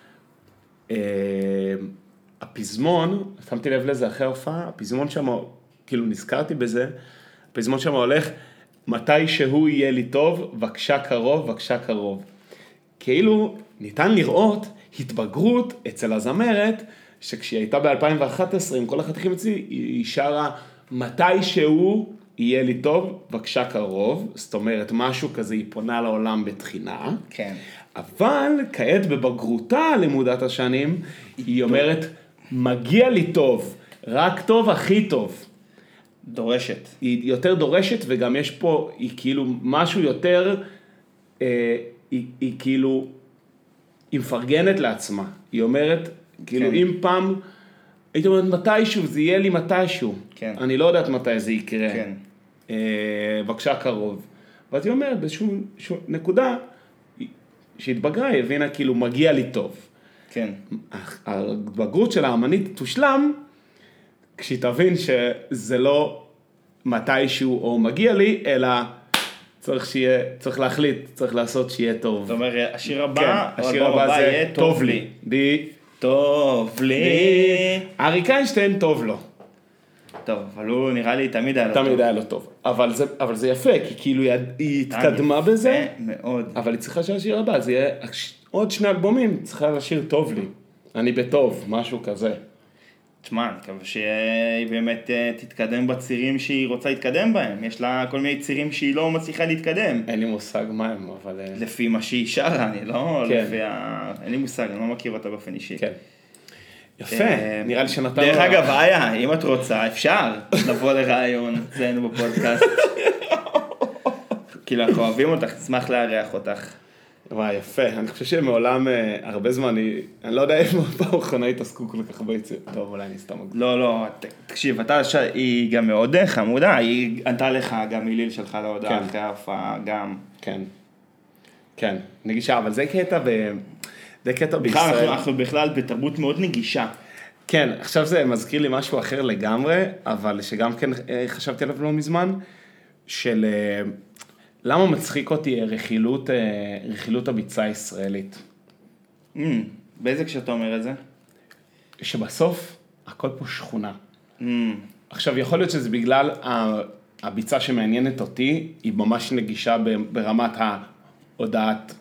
הפזמון, שמתי לב לזה אחרי ההופעה, הפזמון שם, כאילו נזכרתי בזה, הפזמון שם הולך, מתי שהוא יהיה לי טוב, בבקשה קרוב, בבקשה קרוב. כאילו ניתן לראות התבגרות אצל הזמרת, שכשהיא הייתה ב-2011 עם כל החתיכים אצלי, היא שרה מתי שהוא יהיה לי טוב, בבקשה קרוב, זאת אומרת משהו כזה, היא פונה לעולם בתחינה. כן. אבל כעת בבגרותה למודת השנים, היא אומרת, מגיע לי טוב, רק טוב, הכי טוב. דורשת. היא יותר דורשת, וגם יש פה, היא כאילו משהו יותר, היא כאילו, היא מפרגנת לעצמה. היא אומרת, כאילו כן. אם פעם, הייתי אומרת מתישהו, זה יהיה לי מתישהו. כן. אני לא יודעת מתי זה יקרה. כן. בבקשה קרוב. ואז היא אומרת, באיזשהו נקודה, שהתבגרה, היא הבינה כאילו מגיע לי טוב. כן. הבגרות של האמנית תושלם, כשהיא תבין שזה לא מתישהו או מגיע לי, אלא צריך להחליט, צריך לעשות שיהיה טוב. זאת אומרת, השיר הבא, כן, השיר הבא זה יהיה טוב לי. טוב לי. אריק איינשטיין טוב לו. טוב, אבל הוא נראה לי תמיד היה לו טוב. תמיד היה לו טוב. אבל זה יפה, כי כאילו היא התקדמה בזה. מאוד. אבל היא צריכה שהשיר הבא, זה יהיה עוד 2 אלבומים, צריכה לשיר טוב לי. אני בטוב, משהו כזה. תשמע, אני מקווה שהיא באמת תתקדם בצירים שהיא רוצה להתקדם בהם. יש לה כל מיני צירים שהיא לא מצליחה להתקדם. אין לי מושג מה הם, אבל... לפי מה שהיא שרה, אני לא... כן. אין לי מושג, אני לא מכיר אותה באופן אישי. כן. יפה, נראה לי שנתנו... דרך אגב, איה, אם את רוצה, אפשר לבוא לרעיון, אצלנו בפודקאסט. כאילו, אנחנו אוהבים אותך, נשמח לארח אותך. וואי, יפה, אני חושב שמעולם הרבה זמן, אני לא יודע איפה פעם האחרונה התעסקו כל כך ביציר. טוב, אולי אני סתם מגזים. לא, תקשיב, היא גם מאוד חמודה, היא ענתה לך גם מיליל שלך להודעה אחרי ההופעה, גם. כן, נגישה, אבל זה קטע בישראל. אנחנו בכלל בתרבות מאוד נגישה. כן, עכשיו זה מזכיר לי משהו אחר לגמרי, אבל שגם כן חשבתי עליו לא מזמן, של למה מצחיק אותי רכילות הביצה הישראלית. באיזה כשאתה אומר את זה? שבסוף הכל פה שכונה. עכשיו יכול להיות שזה בגלל הביצה שמעניינת אותי, היא ממש נגישה ברמת ההודעת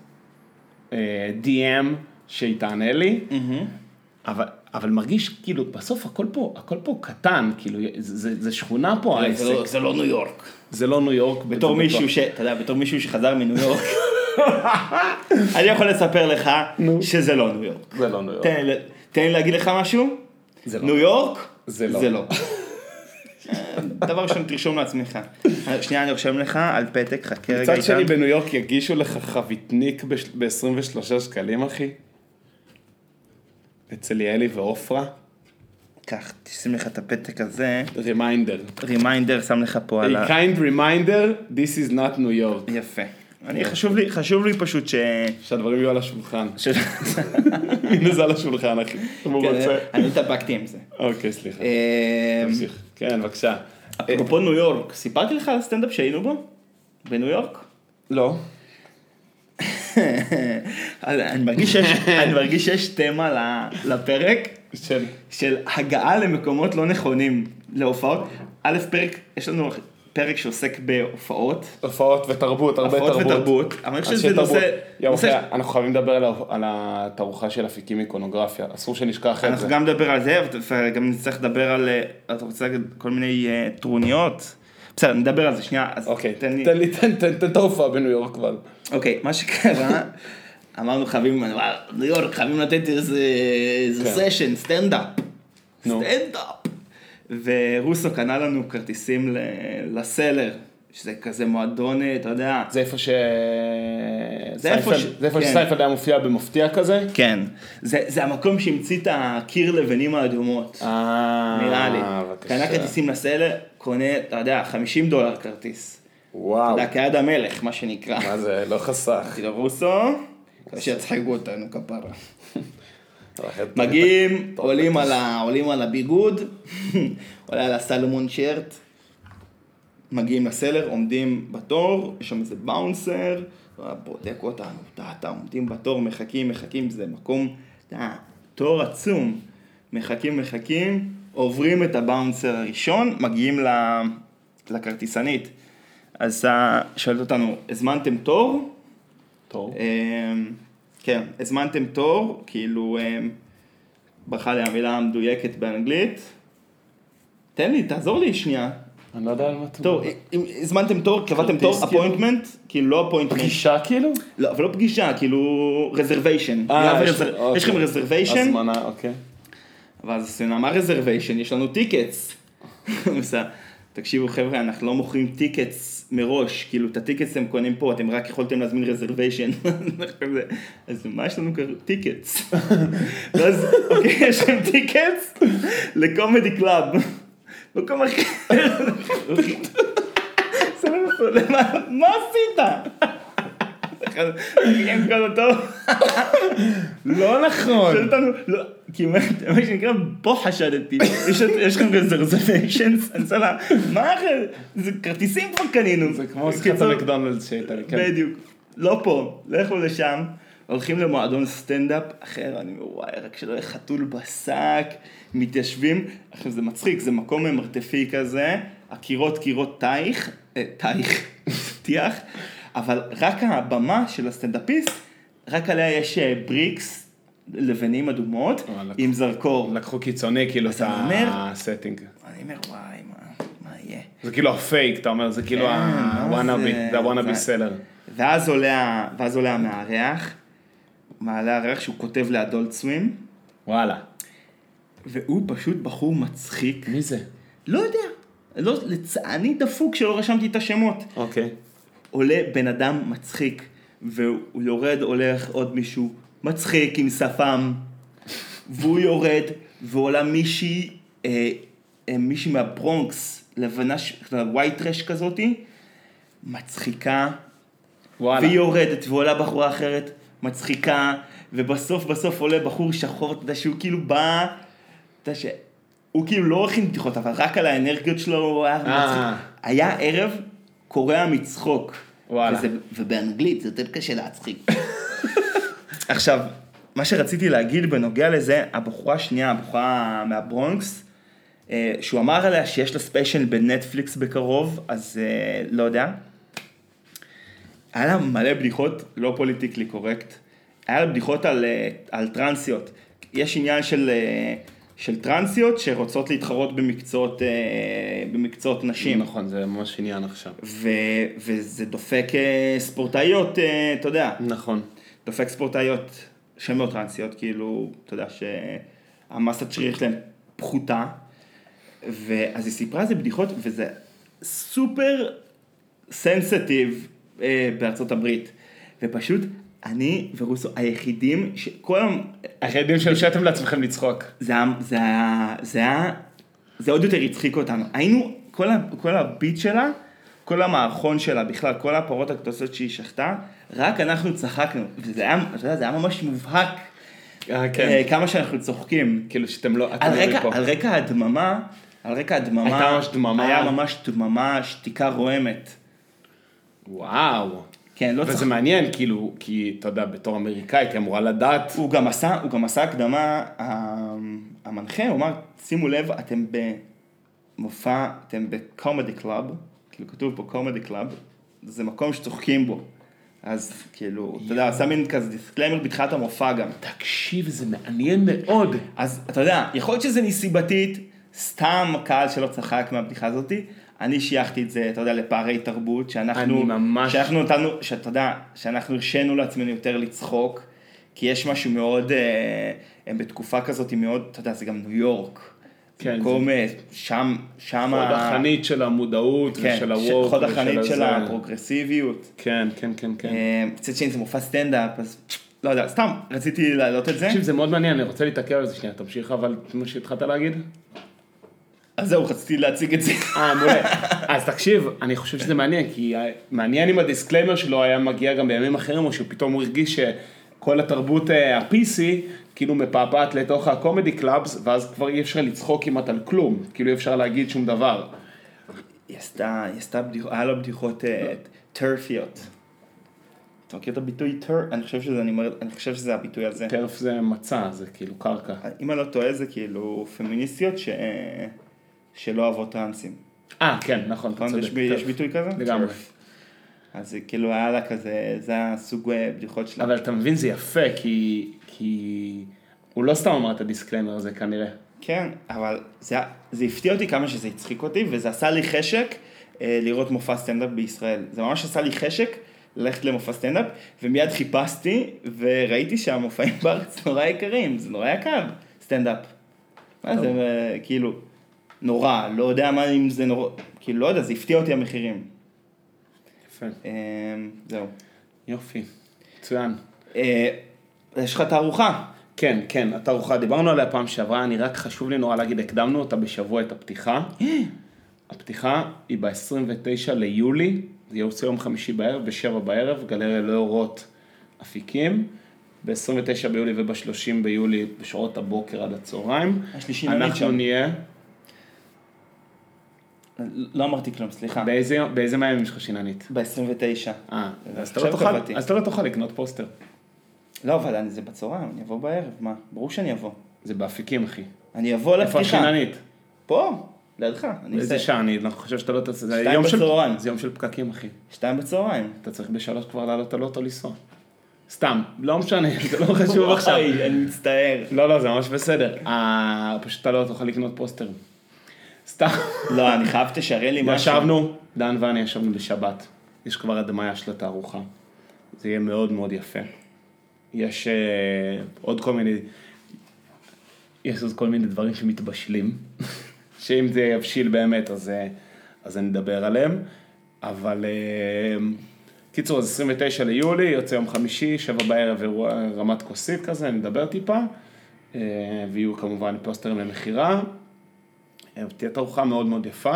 DM שהיא תענה לי, אבל מרגיש כאילו בסוף הכל פה קטן, כאילו זה שכונה פה העסק. זה לא ניו יורק. זה לא ניו יורק. בתור מישהו שחזר מניו יורק, אני יכול לספר לך שזה לא ניו יורק. זה לא ניו יורק. תן לי להגיד לך משהו, ניו יורק זה לא. דבר ראשון, תרשום לעצמך. שנייה, אני רושם לך על פתק, חכה רגע. מצד שלי בניו יורק יגישו לך חביתניק ב-23 שקלים, אחי. אצל יאלי ואופרה. כך, תשים לך את הפתק הזה. רימיינדר, שם לך פה על A kind reminder, this is not New York. יפה. חשוב לי פשוט שהדברים יהיו על השולחן. הנה זה על השולחן, אחי. אני התאפקתי עם זה. אוקיי, סליחה. תמשיך. כן, בבקשה. אפרופו ניו יורק, סיפרתי לך על סטנדאפ שהיינו בו? בניו יורק? לא. אני מרגיש שיש תמה לפרק של הגעה למקומות לא נכונים להופעות. א', יש לנו פרק שעוסק בהופעות. הופעות ותרבות, הרבה תרבות. אבל אני חושב שזה נושא... אנחנו חייבים לדבר על התערוכה של אפיקים איקונוגרפיה. אסור שנשכח את זה. אנחנו גם נדבר על זה, וגם נצטרך לדבר על... אתה רוצה להגיד כל מיני טרוניות? בסדר, נדבר על זה שנייה. אוקיי, תן את ההופעה בניו יורק כבר. אוקיי, מה שקרה, אמרנו חייבים, ניו יורק, חייבים לתת איזה סשן, סטנדאפ. ורוסו קנה לנו כרטיסים לסלר, שזה כזה מועדון, אתה יודע. זה איפה שסייפלד היה מופיע במפתיע כזה? כן. זה המקום שהמציא את הקיר לבנים האדומות. נראה לי. קנה כרטיסים לסלר, קונה, אתה יודע, $50 כרטיס. וואו. אתה יודע, כיד המלך, מה שנקרא. מה זה, לא חסך. כאילו רוסו, שיצחקו אותנו כפרה. מגיעים, עולים על הביגוד, עולה על הסלומון שרט, מגיעים לסלר, עומדים בתור, יש שם איזה באונסר, בודק אותנו, עומדים בתור, מחכים, זה מקום, תור עצום, מחכים, עוברים את הבאונסר הראשון, מגיעים לכרטיסנית, אז שואלת אותנו, הזמנתם תור? תור? כן, הזמנתם תור, כאילו, ברכה לי המילה המדויקת באנגלית. תן לי, תעזור לי שנייה. אני לא יודע על מה אתה טוב, אם הזמנתם תור, קבעתם תור, אפוינטמנט, כאילו לא אפוינטמנט. פגישה כאילו? לא, אבל לא פגישה, כאילו, רזרוויישן. יש לכם רזרוויישן? הזמנה, אוקיי. ואז זה נאמר רזרוויישן, יש לנו טיקטס. תקשיבו חבר'ה, אנחנו לא מוכרים טיקטס מראש, כאילו את הטיקטס הם קונים פה, אתם רק יכולתם להזמין רזרוויישן. אז מה יש לנו כזה? טיקטס. ואז, אוקיי, יש לכם טיקטס לקומדי קלאב. מקום אחר. מה עשית? הם כל אותו. לא נכון. כי מה שנקרא, פה חשדתי, יש לכם רזרביישנס, אני צלה, מה אחר? זה כרטיסים כבר קנינו. זה כמו שיחת המקדונלדס שהייתה לי, כן. בדיוק. לא פה, לכו לשם, הולכים למועדון סטנדאפ אחר, אני אומר, וואי, רק שלא יהיה חתול בשק, מתיישבים, עכשיו זה מצחיק, זה מקום מרתפי כזה, הקירות קירות תיח, אבל רק הבמה של הסטנדאפיסט, רק עליה יש בריקס, לבנים אדומות, עם זרקור. לקחו קיצוני כאילו את הסטינג. אני אומר, וואי, מה יהיה? זה כאילו הפייק, אתה אומר, זה כאילו ה-wannabe seller. ואז עולה המארח, מעלה הריח שהוא כותב לאדולט סווים. וואלה. והוא פשוט בחור מצחיק. מי זה? לא יודע. אני דפוק שלא רשמתי את השמות. אוקיי. עולה בן אדם מצחיק, והוא יורד, הולך עוד מישהו מצחיק עם שפם, והוא יורד, ועולה מישהי מהברונקס, לבנה, ווייט טרש כזאתי, מצחיקה, וואלה. והיא יורדת, ועולה בחורה אחרת, מצחיקה, ובסוף עולה בחור שחור, אתה יודע שהוא כאילו בא, אתה יודע שהוא כאילו לא הכין בדיחות, אבל רק על האנרגיות שלו הוא היה מצחיק. היה ערב קורע מצחוק. וואלה. ובאנגלית זה יותר קשה להצחיק. עכשיו, מה שרציתי להגיד בנוגע לזה, הבחורה השנייה, הבחורה מהברונקס, שהוא אמר עליה שיש לה ספיישל בנטפליקס בקרוב, אז לא יודע. היה לה מלא בדיחות, לא פוליטיקלי קורקט, היה לה בדיחות על טרנסיות. יש עניין של טרנסיות שרוצות להתחרות במקצועות נשים. נכון, זה ממש עניין עכשיו. וזה דופק ספורטאיות, אתה יודע. נכון. דופק ספורטאיות שהן לא טרנסיות, כאילו, אתה יודע שהמסת שריר שלהן פחותה. ואז היא סיפרה איזה בדיחות, וזה סופר סנסיטיב בארצות הברית. ופשוט אני ורוסו היחידים היחידים שהרשיתם לעצמכם לצחוק. זה עוד יותר הצחיק אותנו. היינו, כל הביט שלה, כל המערכון שלה בכלל, כל הפרות הקטוסות שהיא שחטה, רק אנחנו צחקנו. וזה היה, אתה יודע, זה היה ממש מובהק. כן. כמה שאנחנו צוחקים. כאילו שאתם לא... על רקע הדממה, הייתה ממש דממה. היה ממש דממה, שתיקה רועמת. וואו. כן, לא צריך... וזה מעניין, כאילו, כי אתה יודע, בתור אמריקאית, היא אמורה לדעת. הוא גם עשה הקדמה, המנחה, הוא אמר, שימו לב, אתם במופע, אתם בקומדי קלאב, כאילו כתוב פה קומדי קלאב, זה מקום שצוחקים בו. אז כאילו, אתה יודע, עשה מין כזה דיסקליימר בתחילת המופע גם. תקשיב, זה מעניין מאוד. אז אתה יודע, יכול להיות שזה נסיבתית, סתם קהל שלא צחק מהבדיחה הזאת, אני שייכתי את זה, אתה יודע, לפערי תרבות, שאנחנו הרשינו לעצמנו יותר לצחוק, כי יש משהו מאוד, הם בתקופה כזאת מאוד, אתה יודע, זה גם ניו יורק, כן, מקום שם... חוד החנית של המודעות ושל הווק. חוד החנית של הפרוגרסיביות. כן. קצת שני, זה מופע סטנדאפ, אז לא יודע, סתם, רציתי להעלות את זה. תקשיב, זה מאוד מעניין, אני רוצה להתעכב על זה שנייה, תמשיך, אבל מה שהתחלת להגיד? אז זהו, רציתי להציג את זה. מעולה. אז תקשיב, אני חושב שזה מעניין, כי מעניין אם הדיסקליימר שלו היה מגיע גם בימים אחרים, או שהוא פתאום הרגיש שכל התרבות ה-PC, כאילו מפעפעת לתוך הקומדי קלאבס, ואז כבר אי אפשר לצחוק כמעט על כלום, כאילו אי אפשר להגיד שום דבר. היה לו בדיחות טרפיות. אתה מכיר את הביטוי טרף? אני חושב שזה הביטוי הזה. טרף זה מצע, זה כאילו קרקע. אם אני לא טועה, זה כאילו פמיניסטיות שלא אוהבות טרנסים. כן, נכון. יש ביטוי כזה? לגמרי. אז זה כאילו היה לה כזה, זה הסוג בדיחות שלה. אבל אתה מבין, זה יפה, כי הוא לא סתם אמר את הדיסקליימר הזה כנראה. כן, אבל זה הפתיע אותי כמה שזה הצחיק אותי, וזה עשה לי חשק לראות מופע סטנדאפ בישראל. זה ממש עשה לי חשק ללכת למופע סטנדאפ, ומיד חיפשתי, וראיתי שהמופעים בארץ נורא יקרים, זה נורא יקר, סטנדאפ. מה זה, כאילו, נורא, לא יודע מה אם זה נורא, כאילו, לא יודע, זה הפתיע אותי המחירים. יפה. זהו. יופי, מצוין. יש לך תערוכה? כן, התערוכה, דיברנו עליה פעם שעברה, אני רק חשוב לי נורא להגיד, הקדמנו אותה בשבוע את הפתיחה. הפתיחה היא ב-29 ליולי, זה יוצא יום חמישי בערב, ב-7 בערב, גלריה לאורות אפיקים, ב-29 ביולי וב-30 ביולי בשעות הבוקר עד הצהריים. אנחנו נהיה... לא אמרתי כלום, סליחה. באיזה מהימים יש לך שיננית? ב-29. אז אתה לא תוכל לקנות פוסטר. לא, אבל זה בצהריים, אני אבוא בערב, מה? ברור שאני אבוא. זה באפיקים, אחי. אני אבוא לפתיחה. איפה השיננית? פה, לידך. איזה שעה, אני חושב שאתה לא תעשה. 2 בצהריים. זה יום של פקקים, אחי. 2 בצהריים. אתה צריך ב3 כבר לעלות על אוטו לנסוע. סתם, לא משנה, זה לא חשוב עכשיו. אני מצטער. לא, זה ממש בסדר. פשוט אתה לא תוכל לקנות פוסטר. סתם. לא, אני חייב תשאר לי משהו. ישבנו, דן ואני ישבנו בשבת. יש כבר הדמיה של התערוכה. זה יהיה מאוד מאוד יפה. יש עוד כל מיני דברים שמתבשלים, שאם זה יבשיל באמת, אז נדבר עליהם. אבל קיצור, אז 29 ליולי, יוצא יום חמישי, 7 בערב, רמת כוסית כזה, נדבר טיפה, ויהיו כמובן פוסטרים למחירה. תהיה תערוכה מאוד מאוד יפה,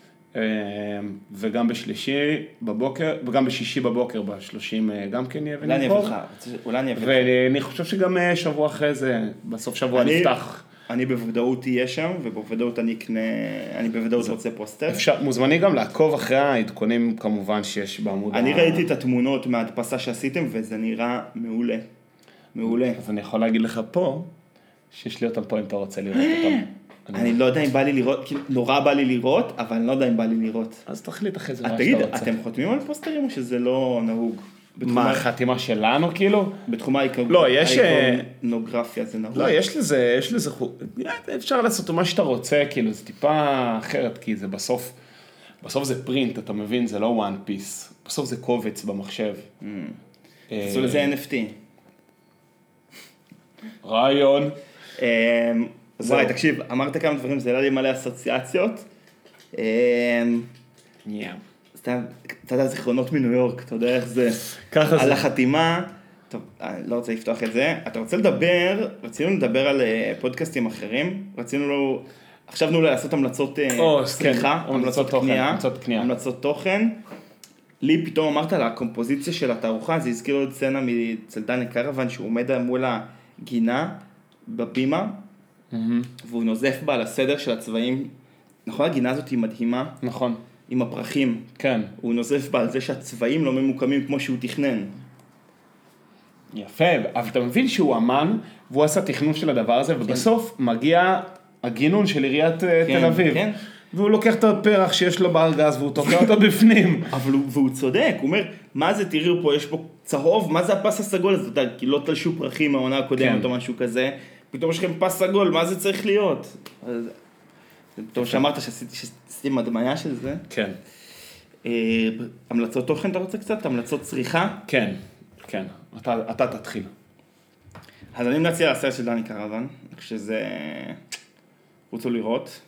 וגם בשלישי בבוקר, וגם בשישי בבוקר, ב-30 גם כן יהיה ונמכור. אולי אני אביא לך. ואני חושב שגם שבוע אחרי זה, בסוף שבוע נפתח. אני בוודאות תהיה שם, ובוודאות אני בוודאות רוצה פוסטר. מוזמני גם לעקוב אחרי העדכונים כמובן שיש בעמוד. אני ראיתי את התמונות מההדפסה שעשיתם, וזה נראה מעולה. מעולה. אז אני יכול להגיד לך פה, שיש לי אותם פה אם אתה רוצה לראות אותם. אני לא יודע אם בא לי לראות, נורא בא לי לראות, אבל אני לא יודע אם בא לי לראות. אז תחליט אחרי זה מה שאתה רוצה. תגיד, אתם חותמים על פוסטרים או שזה לא נהוג? מה, חתימה שלנו כאילו? בתחום האיקונוגרפיה זה נהוג. לא, יש לזה, אפשר לעשות מה שאתה רוצה, כאילו, זה טיפה אחרת, כי זה בסוף זה פרינט, אתה מבין, זה לא one piece, בסוף זה קובץ במחשב. עשו לזה NFT. רעיון. וואי, תקשיב, אמרת כמה דברים, זה לא לי מלא אסוציאציות. סתם, אתה יודע, זיכרונות מניו יורק, אתה יודע איך זה. ככה זה. על החתימה, טוב, אני לא רוצה לפתוח את זה. אתה רוצה רצינו לדבר על פודקאסטים אחרים, חשבנו לעשות המלצות סליחה, המלצות קנייה, המלצות תוכן. לי פתאום אמרת על הקומפוזיציה של התערוכה, זה הזכיר עוד סצנה אצל דני קרוון, שהוא עומד מול הגינה בבימה, והוא נוזף בה על הסדר של הצבעים. נכון, הגינה הזאת היא מדהימה. נכון. עם הפרחים. כן. הוא נוזף בה על זה שהצבעים לא ממוקמים כמו שהוא תכנן. יפה, אבל אתה מבין שהוא אמן, והוא עשה תכנון של הדבר הזה, ובסוף מגיע הגינון של עיריית תל אביב. כן. והוא לוקח את הפרח שיש לו בארגז, והוא תוקע אותו בפנים. והוא צודק, הוא אומר, מה זה, תראו פה, יש פה צהוב, מה זה הפס הסגול הזה? אתה יודע, כי לא תלשו פרחים מהעונה הקודמת או משהו כזה, פתאום יש לכם פס סגול, מה זה צריך להיות? טוב שאמרת שעשיתי הדמיה של זה. כן. המלצות תוכן אתה רוצה קצת? המלצות צריכה? כן, כן. אתה תתחיל. אז אני מציע לסרט של דני קרוון, כשזה... רוצו לראות.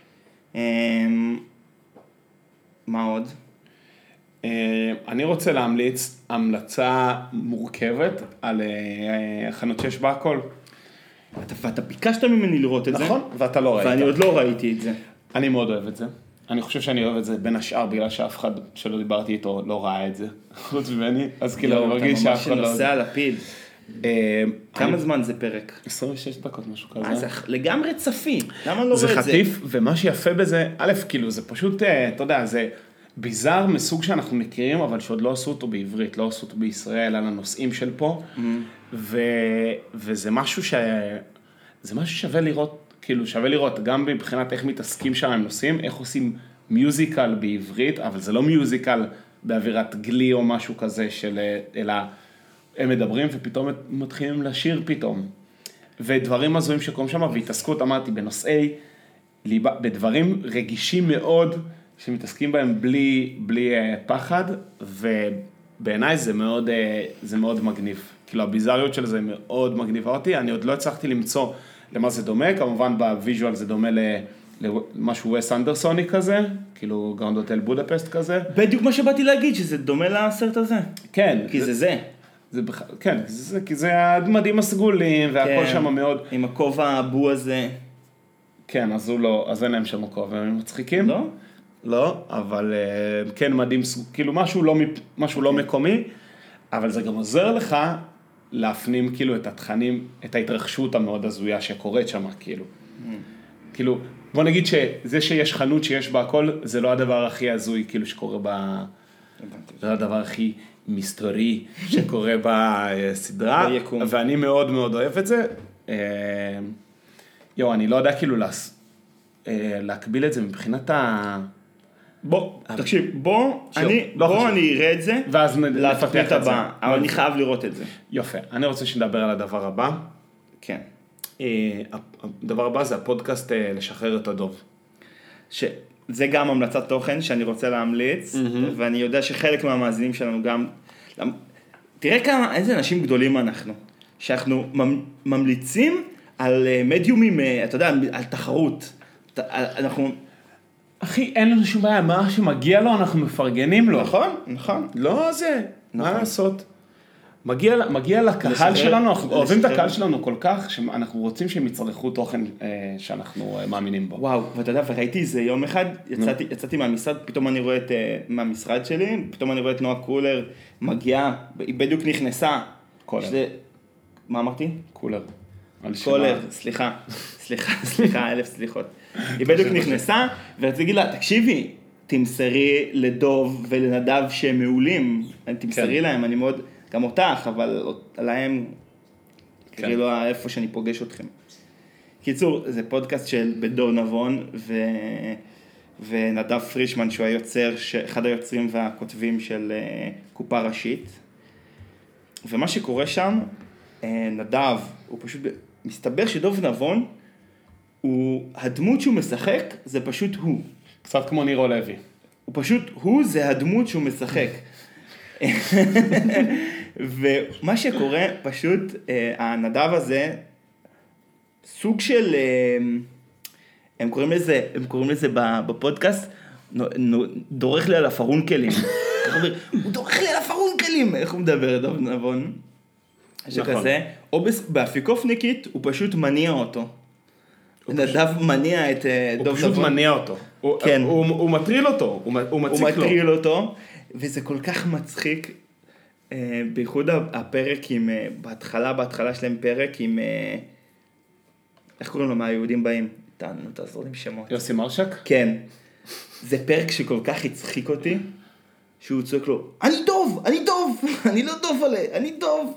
מה עוד? אני רוצה להמליץ המלצה מורכבת על חנות שיש בה הכל. ואתה ביקשת ממני לראות את זה. נכון, ואתה לא ראית. ואני עוד לא ראיתי את זה. אני מאוד אוהב את זה. אני חושב שאני אוהב את זה בין השאר, בגלל שאף אחד שלא דיברתי איתו לא ראה את זה. חוץ ממני, אז כאילו אני מרגיש שאף אחד לא... אתה ממש נוסע לפיד. כמה זמן זה פרק? 26 דקות, משהו כזה. זה לגמרי צפי. למה לא רואה את זה? זה חטיף, ומה שיפה בזה, א', כאילו זה פשוט, אתה יודע, זה ביזר מסוג שאנחנו מכירים, אבל שעוד לא עשו אותו בעברית, לא עשו אותו בישראל, על הנושאים של פה, וזה משהו זה משהו שווה לראות, כאילו שווה לראות גם מבחינת איך מתעסקים שם עם נושאים, איך עושים מיוזיקל בעברית, אבל זה לא מיוזיקל באווירת גלי או משהו כזה, אלא הם מדברים ופתאום מתחילים לשיר פתאום. ודברים הזויים שקוראים שם, והתעסקות, אמרתי, בנושאי, בדברים רגישים מאוד, שמתעסקים בהם בלי פחד, ובעיניי זה מאוד מגניב. כאילו הביזריות של זה מאוד מגניבה אותי, אני עוד לא הצלחתי למצוא למה זה דומה, כמובן בוויז'ואל זה דומה למשהו וס אנדרסוני כזה, כאילו גראונד הוטל בודפסט כזה. בדיוק מה שבאתי להגיד, שזה דומה לסרט הזה. כן. כי זה. כן, כי זה המדים הסגולים, והכל שם מאוד... עם הכובע הבו הזה. כן, אז אין להם שם כובע, הם מצחיקים. לא? לא, אבל כן מדהים, כאילו משהו לא מקומי, אבל זה גם עוזר לך להפנים כאילו את התכנים, את ההתרחשות המאוד הזויה שקורית שם, כאילו. כאילו, בוא נגיד שזה שיש חנות שיש בה הכל, זה לא הדבר הכי הזוי, כאילו שקורה זה לא הדבר הכי מסתורי שקורה בסדרה, ואני מאוד מאוד אוהב את זה. אני לא יודע כאילו להקביל את זה מבחינת תקשיב, בוא אני אראה את זה לתוכנית הבאה, אבל אני חייב לראות את זה. יופי, אני רוצה שנדבר על הדבר הבא. כן. הדבר הבא זה הפודקאסט לשחרר את הדוב. זה גם המלצת תוכן שאני רוצה להמליץ, ואני יודע שחלק מהמאזינים שלנו גם, תראה איזה אנשים גדולים אנחנו, שאנחנו ממליצים על מדיומים, אתה יודע, על תחרות. אנחנו... אחי, אין לנו שום בעיה, מה שמגיע לו אנחנו מפרגנים לו. נכון. לא זה, מה לעשות? מגיע לקהל שלנו, אנחנו אוהבים את הקהל שלנו כל כך, שאנחנו רוצים שהם יצרכו תוכן שאנחנו מאמינים בו. וואו, ואתה יודע, וראיתי איזה יום אחד, יצאתי מהמשרד, פתאום אני רואה מהמשרד שלי, פתאום אני רואה את נועה קולר, מגיעה, היא בדיוק נכנסה. קולר. מה אמרתי? קולר. סליחה, 1000 סליחות. היא בדיוק נכנסה, ורציתי להגיד לה, תקשיבי, תמסרי לדוב ולנדב שהם מעולים, תמסרי להם, אני מאוד, גם אותך, אבל עליהם, קראי לו איפה שאני פוגש אתכם. קיצור, זה פודקאסט של בדוב נבון, ונדב פרישמן, שהוא אחד היוצרים והכותבים של קופה ראשית. ומה שקורה שם, נדב, הוא פשוט, מסתבר שדוב נבון, הדמות שהוא משחק, זה פשוט הוא. קצת כמו נירו לוי. זה הדמות שהוא משחק. ומה שקורה, פשוט, הנדב הזה, סוג של, הם קוראים לזה בפודקאסט, דורך לי על הפרונקלים. הוא דורך לי על הפרונקלים. איך הוא מדבר, דוב נבון? שכזה, או באפיקופניקית, הוא פשוט מניע אותו. נדב מניע את דוב נבון. הוא פשוט מניע אותו. כן. הוא מטריל אותו, הוא מטריל אותו, וזה כל כך מצחיק, בייחוד הפרק עם, בהתחלה שלהם פרק עם, איך קוראים לו, מהיהודים באים? תעזור לי עם שמות. יוסי מרשק? כן. זה פרק שכל כך הצחיק אותי, שהוא צועק לו, אני דוב, אני לא דוב עלי, אני דוב.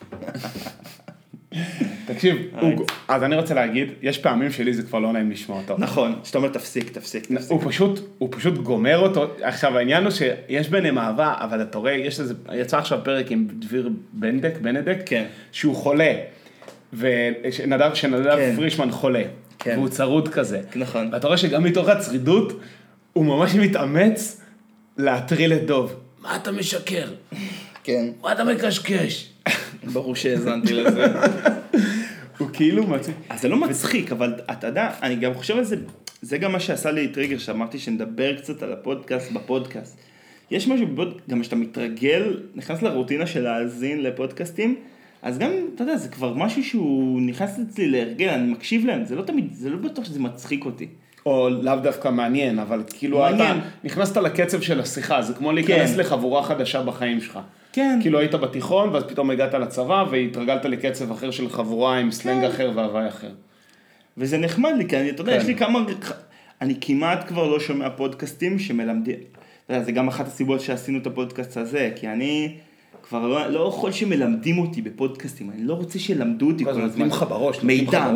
תקשיב, אז אני רוצה להגיד, יש פעמים שלי זה כבר לא נעים לשמוע אותו. נכון, שאתה אומר תפסיק. הוא פשוט גומר אותו. עכשיו העניין הוא שיש ביניהם אהבה, אבל אתה רואה, יצא עכשיו פרק עם דביר בנדק, שהוא חולה, ושנדב פרישמן חולה, והוא צרוד כזה. נכון. ואתה רואה שגם מתוך הצרידות, הוא ממש מתאמץ להטריל את דוב. מה אתה משקר? כן. מה אתה מקשקש? ברור שהזנתי לזה. הוא כאילו מצחיק. אז זה לא מצחיק, אבל אתה יודע, אני גם חושב על זה, זה גם מה שעשה לי טריגר, שאמרתי שנדבר קצת על הפודקאסט בפודקאסט. יש משהו, גם שאתה מתרגל, נכנס לרוטינה של להאזין לפודקאסטים, אז גם, אתה יודע, זה כבר משהו שהוא נכנס אצלי להרגל, אני מקשיב להם, זה לא תמיד, זה לא בטוח שזה מצחיק אותי. או לאו דווקא מעניין, אבל כאילו אתה נכנסת לקצב של השיחה, זה כמו להיכנס לחבורה חדשה בחיים שלך. כן. כאילו היית בתיכון, ואז פתאום הגעת לצבא, והתרגלת לקצב אחר של חבורה עם סלנג אחר והוואי אחר. וזה נחמד לי, כי אתה יודע, יש לי כמה, אני כמעט כבר לא שומע פודקאסטים שמלמדים, זה גם אחת הסיבות שעשינו את הפודקאסט הזה, כי אני כבר לא יכול שמלמדים אותי בפודקאסטים, אני לא רוצה שילמדו אותי כל הזמן. נותנים לך בראש. מידע.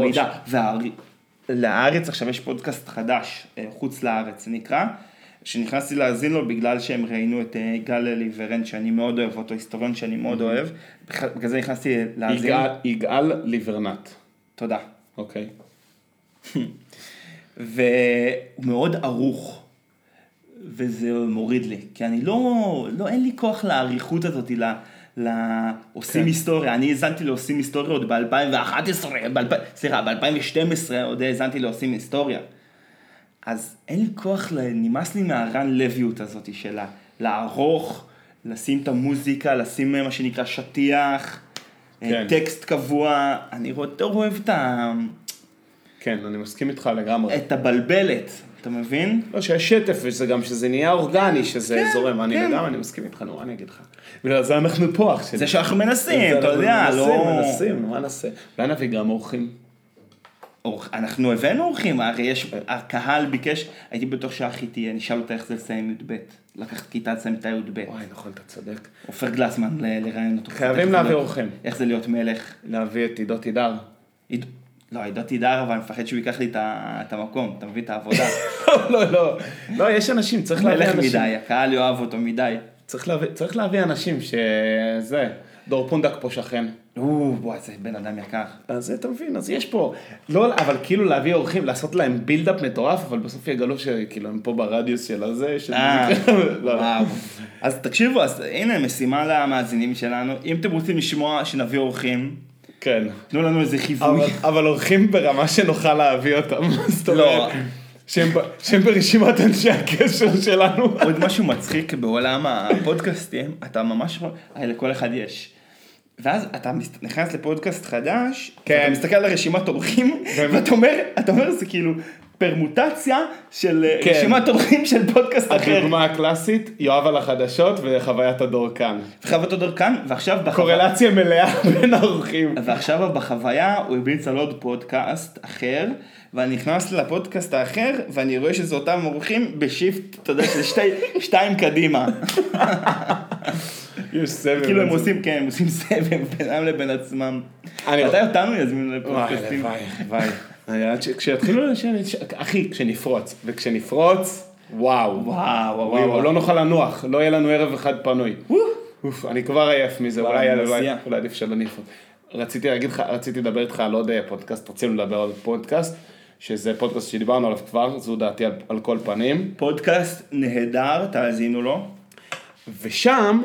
לארץ עכשיו יש פודקאסט חדש, חוץ לארץ נקרא, שנכנסתי להאזין לו בגלל שהם ראינו את יגאל ליברנט, שאני מאוד אוהב אותו, היסטוריון שאני מאוד אוהב, בגלל זה נכנסתי להאזין. יגאל ליברנט. תודה. אוקיי. והוא מאוד ערוך, וזה מוריד לי, כי אני אין לי כוח לעריכות הזאת, עושים היסטוריה, אני הזנתי לעושים היסטוריה עוד ב-2011, ב-2012 עוד הזנתי לעושים היסטוריה. אז אין לי כוח, נמאס לי מהרן לויות הזאת שלה, לערוך, לשים את המוזיקה, לשים מה שנקרא שטיח, טקסט קבוע, אני יותר אוהב את כן, אני מסכים איתך לגמרי. את הבלבלת. אתה מבין? לא, שיש שטף, וזה גם שזה נהיה אורגני, שזה זורם, אני לגמרי, אני מסכים איתך, נו, אני אגיד לך. בגלל זה אנחנו פה, אח שלי. זה שאנחנו מנסים, אתה יודע, לא... מנסים, מה נעשה? אולי נביא גם אורחים. אנחנו הבאנו אורחים, הרי יש, הקהל ביקש, הייתי בטוח שאחי תהיה, נשאל אותה איך זה לסיים י"ב, לקחת כיתה לסיים את י"ב. וואי, נכון, אתה צודק. עופר גלסמן לראיין אותו. חייבים להביא אורחים. איך זה להיות מלך. להביא את עידו תידר. לא, עידו תידר, אבל אני מפחד שהוא ייקח לי את המקום, אתה מביא את העבודה. לא, יש אנשים, צריך להביא אנשים. מלך מדי, הקהל יאהב אותו מדי. צריך להביא אנשים שזה, דור פונדק פה שכן. וואי, זה בן אדם יקר. אז אתה מבין, אז יש פה, לא, אבל כאילו להביא אורחים, לעשות להם בילדאפ מטורף, אבל בסוף יגלו שכאילו הם פה ברדיוס של הזה, וואו. אז תקשיבו, אז הנה משימה למאזינים שלנו, אם אתם רוצים לשמוע שנביא אורחים, כן. תנו לנו איזה חיווי. אבל אורחים ברמה שנוכל להביא אותם, זאת אומרת, שהם ברשימת אנשי הקשר שלנו. עוד משהו מצחיק בעולם הפודקאסטים, אתה ממש, לכל אחד יש. ואז אתה נכנס לפודקאסט חדש, אתה מסתכל על רשימת אורחים, ואתה אומר, זה כאילו פרמוטציה של רשימת אורחים של פודקאסט אחר. הדוגמה הקלאסית, יואב על החדשות וחוויית הדורקן. וחוויית הדורקן, ועכשיו קורלציה מלאה בין האורחים. ועכשיו בחוויה הוא הביץ על עוד פודקאסט אחר, ואני נכנס לפודקאסט האחר, ואני רואה שזה אותם אורחים בשיפט, אתה יודע, של שתיים קדימה. יש סבב. כאילו הם עושים סבב בינם לבין עצמם. מתי אותנו יזמינו לפודקאסטים? וואי. כשיתחילו אחי, וכשנפרוץ, וואו, לא נוכל לנוח, לא יהיה לנו ערב אחד פנוי. אני כבר עייף מזה, אולי עדיף שלא נפרוץ. רציתי לדבר איתך על עוד פודקאסט, רצינו לדבר על פודקאסט, שזה פודקאסט שדיברנו עליו כבר, זו דעתי על כל פנים. פודקאסט נהדר, תאזינו לו. ושם,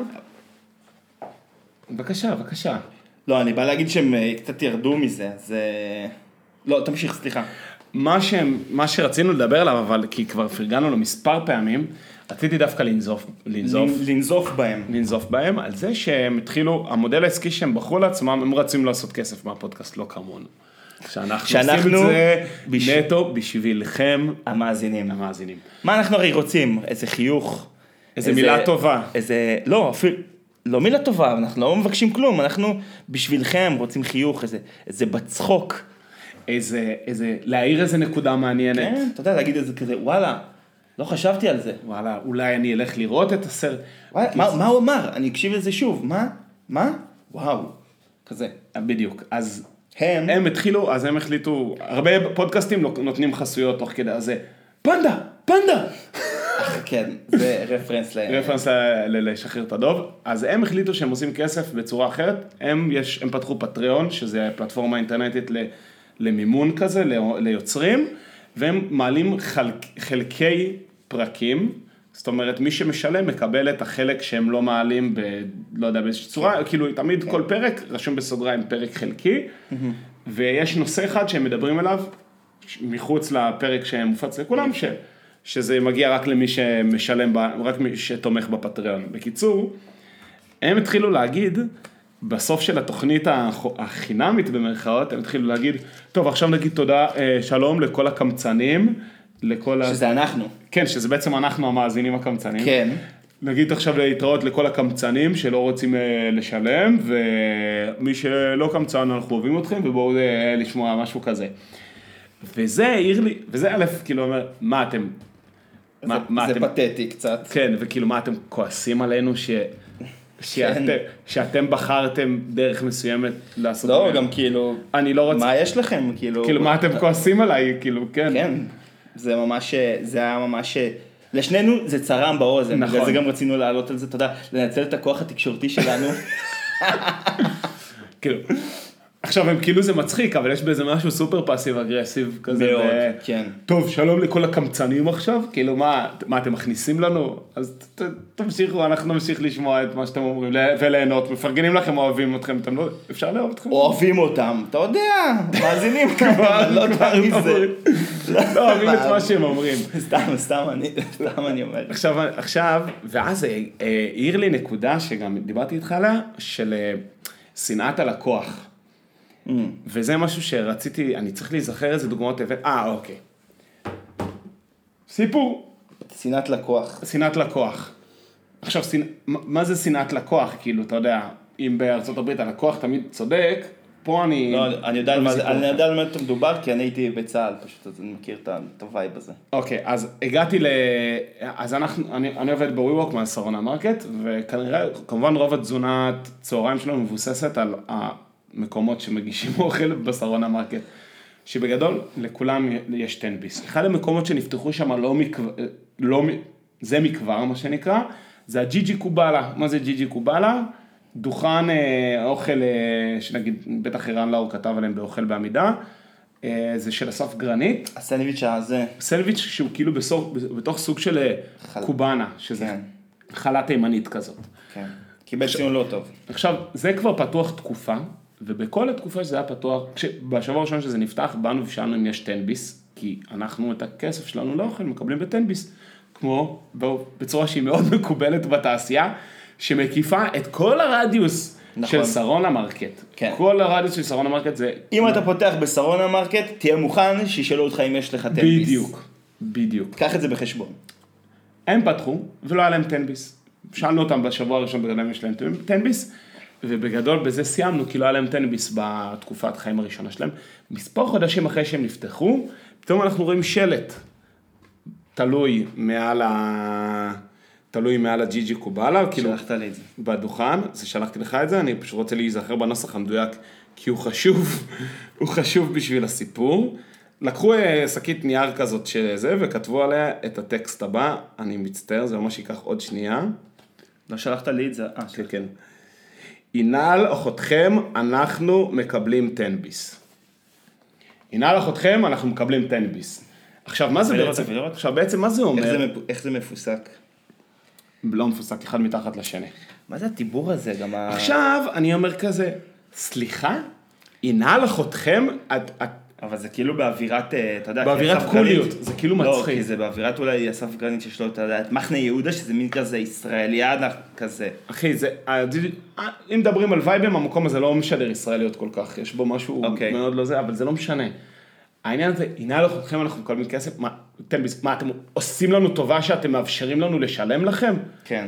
בבקשה. לא, אני בא להגיד שהם קצת ירדו מזה, אז... לא, תמשיך, סליחה. מה שרצינו לדבר עליו, אבל כי כבר פרגנו לו מספר פעמים, רציתי דווקא לנזוף בהם, על זה שהם התחילו, המודל העסקי שהם בחרו לעצמם, הם רצים לעשות כסף מהפודקאסט, לא כמונו. שאנחנו עושים את זה נטו בשבילכם המאזינים. מה אנחנו הרי רוצים? איזה חיוך. איזה מילה טובה. לא, אפילו, לא מילה טובה, אנחנו לא מבקשים כלום, אנחנו בשבילכם רוצים חיוך, איזה בצחוק. להעיר איזה נקודה מעניינת. כן, אתה יודע, להגיד איזה כזה, וואלה, לא חשבתי על זה. וואלה, אולי אני אלך לראות את הסרט. מה הוא אמר? אני אקשיב לזה שוב, מה? וואו, כזה. בדיוק, אז הם החליטו, הרבה פודקאסטים נותנים חסויות תוך כדי הזה, פנדה! כן, זה רפרנס לשחרר את הדוב. אז הם החליטו שהם עושים כסף בצורה אחרת, הם פתחו פטריון, שזה פלטפורמה אינטרנטית למימון כזה, ליוצרים, והם מעלים חלקי פרקים, זאת אומרת, מי שמשלם מקבל את החלק שהם לא מעלים לא יודע באיזושהי צורה, כאילו תמיד כל פרק רשום בסוגריים פרק חלקי, ויש נושא אחד שהם מדברים עליו, מחוץ לפרק שמופץ לכולם, שזה מגיע רק למי שמשלם, רק מי שתומך בפטריון. בקיצור, הם התחילו להגיד, בסוף של התוכנית החינמית במרכאות, הם התחילו להגיד, טוב, עכשיו נגיד תודה, שלום לכל הקמצנים, שזה אנחנו. כן, שזה בעצם אנחנו המאזינים הקמצנים. כן. נגיד עכשיו להתראות לכל הקמצנים שלא רוצים לשלם, ומי שלא קמצן אנחנו אוהבים אתכם, ובואו לשמוע משהו כזה. וזה העיר לי, וזה א', כאילו אומר, מה אתם... זה פתטי קצת. כן, וכאילו מה אתם כועסים עלינו שאתם בחרתם דרך מסוימת לעשות... לא, גם כאילו... אני לא רוצה... מה יש לכם? כאילו מה אתם כועסים עליי? כאילו, כן. כן, זה היה ממש... לשנינו זה צרם באוזן. נכון. בגלל זה גם רצינו לעלות על זה, תודה, לנצל את הכוח התקשורתי שלנו. כאילו... עכשיו הם כאילו זה מצחיק, אבל יש באיזה משהו סופר פאסיב אגרסיב כזה. מאוד, כן. טוב, שלום לכל הקמצנים עכשיו, כאילו מה אתם מכניסים לנו? אז תמשיכו, אנחנו נמשיך לשמוע את מה שאתם אומרים, וליהנות, מפרגנים לכם, אוהבים אתכם, אתם לא, אפשר לאהוב אתכם? אוהבים אותם, אתה יודע, מאזינים כבר, לא דבר מזה. לא אוהבים את מה שהם אומרים. סתם אני אומר. עכשיו, ואז העיר לי נקודה שגם דיברתי איתך עליה, של שנאת הלקוח. וזה משהו שרציתי, אני צריך להיזכר איזה דוגמאות אוקיי. סיפור. שנאת לקוח. שנאת לקוח. עכשיו, מה זה שנאת לקוח? כאילו, אתה יודע, אם בארצות הברית הלקוח תמיד צודק, פה אני... לא, אני יודע על מה אתה מדובר, כי אני הייתי בצה"ל פשוט, אז אני מכיר את הווייב הזה. אוקיי, אז הגעתי אז אני עובד בווי-וורק מהסרונה מרקט, וכנראה, כמובן רוב התזונת צהריים שלנו מבוססת על המקומות שמגישים אוכל בסרונה מרקט, שבגדול לכולם יש 10 ביס. אחד המקומות שנפתחו שם זה מכבר, מה שנקרא, זה הג'יג'י קובלה. מה זה ג'יג'י קובלה? דוכן אוכל, שנגיד, בטח ערן לאור כתב עליהם באוכל בעמידה, זה של אסף גרנית. הסנדוויץ' הזה. סנדוויץ' שהוא כאילו בתוך סוג של קובנה, שזה חלה תימנית כזאת. כן, קיבל ציון לא טוב. עכשיו, זה כבר פתוח תקופה, ובכל התקופה שזה היה פתוח, בשבוע הראשון שזה נפתח, באנו ושאלנו אם יש 10 ביס, כי אנחנו את הכסף שלנו לאוכל מקבלים ב10 ביס, כמו בצורה שהיא מאוד מקובלת בתעשייה, שמקיפה את כל הרדיוס של סרונה מרקט. כן. כל הרדיוס של סרונה מרקט זה... אם אתה פותח בסרונה מרקט, תהיה מוכן שישאלו אותך אם יש לך 10 ביס. בדיוק. קח את זה בחשבון. הם פתחו ולא היה להם 10 ביס. שאלנו אותם בשבוע הראשון בגלל יש להם 10 ביס, ובגדול בזה סיימנו, כי לא היה להם 10 ביס בתקופת חיים הראשונה שלהם. מספר חודשים אחרי שהם נפתחו, פתאום אנחנו רואים שלט, תלוי מעל הג'יג'י קובלה, שלחת לי את זה. בדוכן, שלחתי לך את זה, אני פשוט רוצה להיזכר בנוסח המדויק, כי הוא חשוב בשביל הסיפור. לקחו שקית נייר כזאת שזה, וכתבו עליה את הטקסט הבא, אני מצטער, זה ממש ייקח עוד שנייה. לא שלחת לי את זה? כן. ינעל אחותכם, אנחנו מקבלים 10 ביס. ינעל אחותכם, אנחנו מקבלים 10 ביס. עכשיו, מה זה בעצם? עכשיו, בעצם מה זה אומר? איך זה מפוסק? לא מפוסק, אחד מתחת לשני. מה זה הטיבור הזה? עכשיו, אני אומר כזה, סליחה? ינעל אחותכם, אבל זה כאילו באווירת, אתה יודע, באווירת קוליות, זה כאילו מצחיק. לא, כי זה באווירת אולי אסף גרנית שיש לו, אתה יודע, את מחנה יהודה, שזה מין כזה ישראליאדה כזה. אחי, אם מדברים על וייבים, המקום הזה לא משדר ישראליות כל כך, יש בו משהו מאוד לא זה, אבל זה לא משנה. העניין הזה, ינעל אחותכם, אנחנו מקבלים כסף, מה, אתם עושים לנו טובה שאתם מאפשרים לנו לשלם לכם? כן.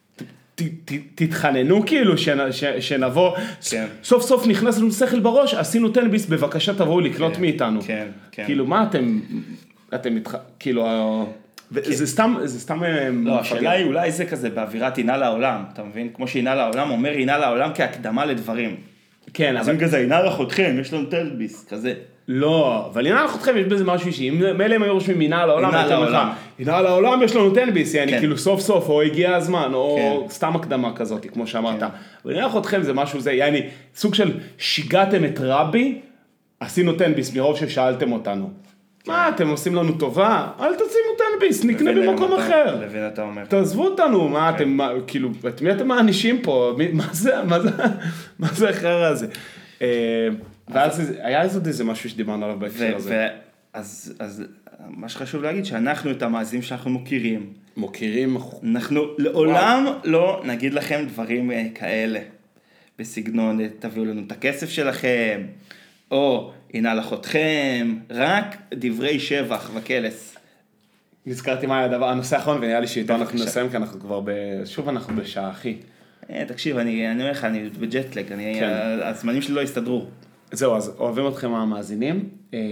תתחננו כאילו שנבוא, סוף סוף נכנס לנו שכל בראש, עשינו 10 ביס, בבקשה תבואו לקנות מאיתנו. כאילו מה אתם כאילו, זה סתם... לא, השאלה היא אולי זה כזה באווירת עינה לעולם, אתה מבין? כמו שעינה לעולם אומר עינה לעולם כהקדמה לדברים. כן, אז אם כזה עינה לחותכם, יש לנו 10 ביס, כזה. לא, אבל עינה לחותכם יש בזה משהו אישי, אם מילא הם היו רושמים עינה לעולם, עינה לעולם יש לנו 10 ביס, יעני כאילו סוף סוף, או הגיע הזמן, או סתם הקדמה כזאת, כמו שאמרת. אבל עינה לחותכם זה משהו זה, יעני, סוג של שיגעתם את רבי, עשינו 10 ביס מרוב ששאלתם אותנו. מה, אתם עושים לנו טובה? אל תשימו 10 ביס, נקנה במקום אחר. לבין אתה אומר. תעזבו אותנו, מה אתם, כאילו, את מי אתם מענישים פה? מה זה החרא הזה? ואז היה איזה משהו שדיברנו עליו בהקשר הזה. אז מה שחשוב להגיד, שאנחנו את המאזינים שאנחנו מוקירים, אנחנו לעולם לא נגיד לכם דברים כאלה, בסגנון, תביאו לנו את הכסף שלכם, או ינעל אחותכם, רק דברי שבח וקלס. נזכרתי מה היה הנושא האחרון, ונראה לי שאיתו אנחנו נסיים, כי אנחנו כבר שוב אנחנו בשעה, אחי. תקשיב, אני אומר לך, אני בג'טלג, הזמנים שלי לא הסתדרו. זהו, אז אוהבים אתכם המאזינים.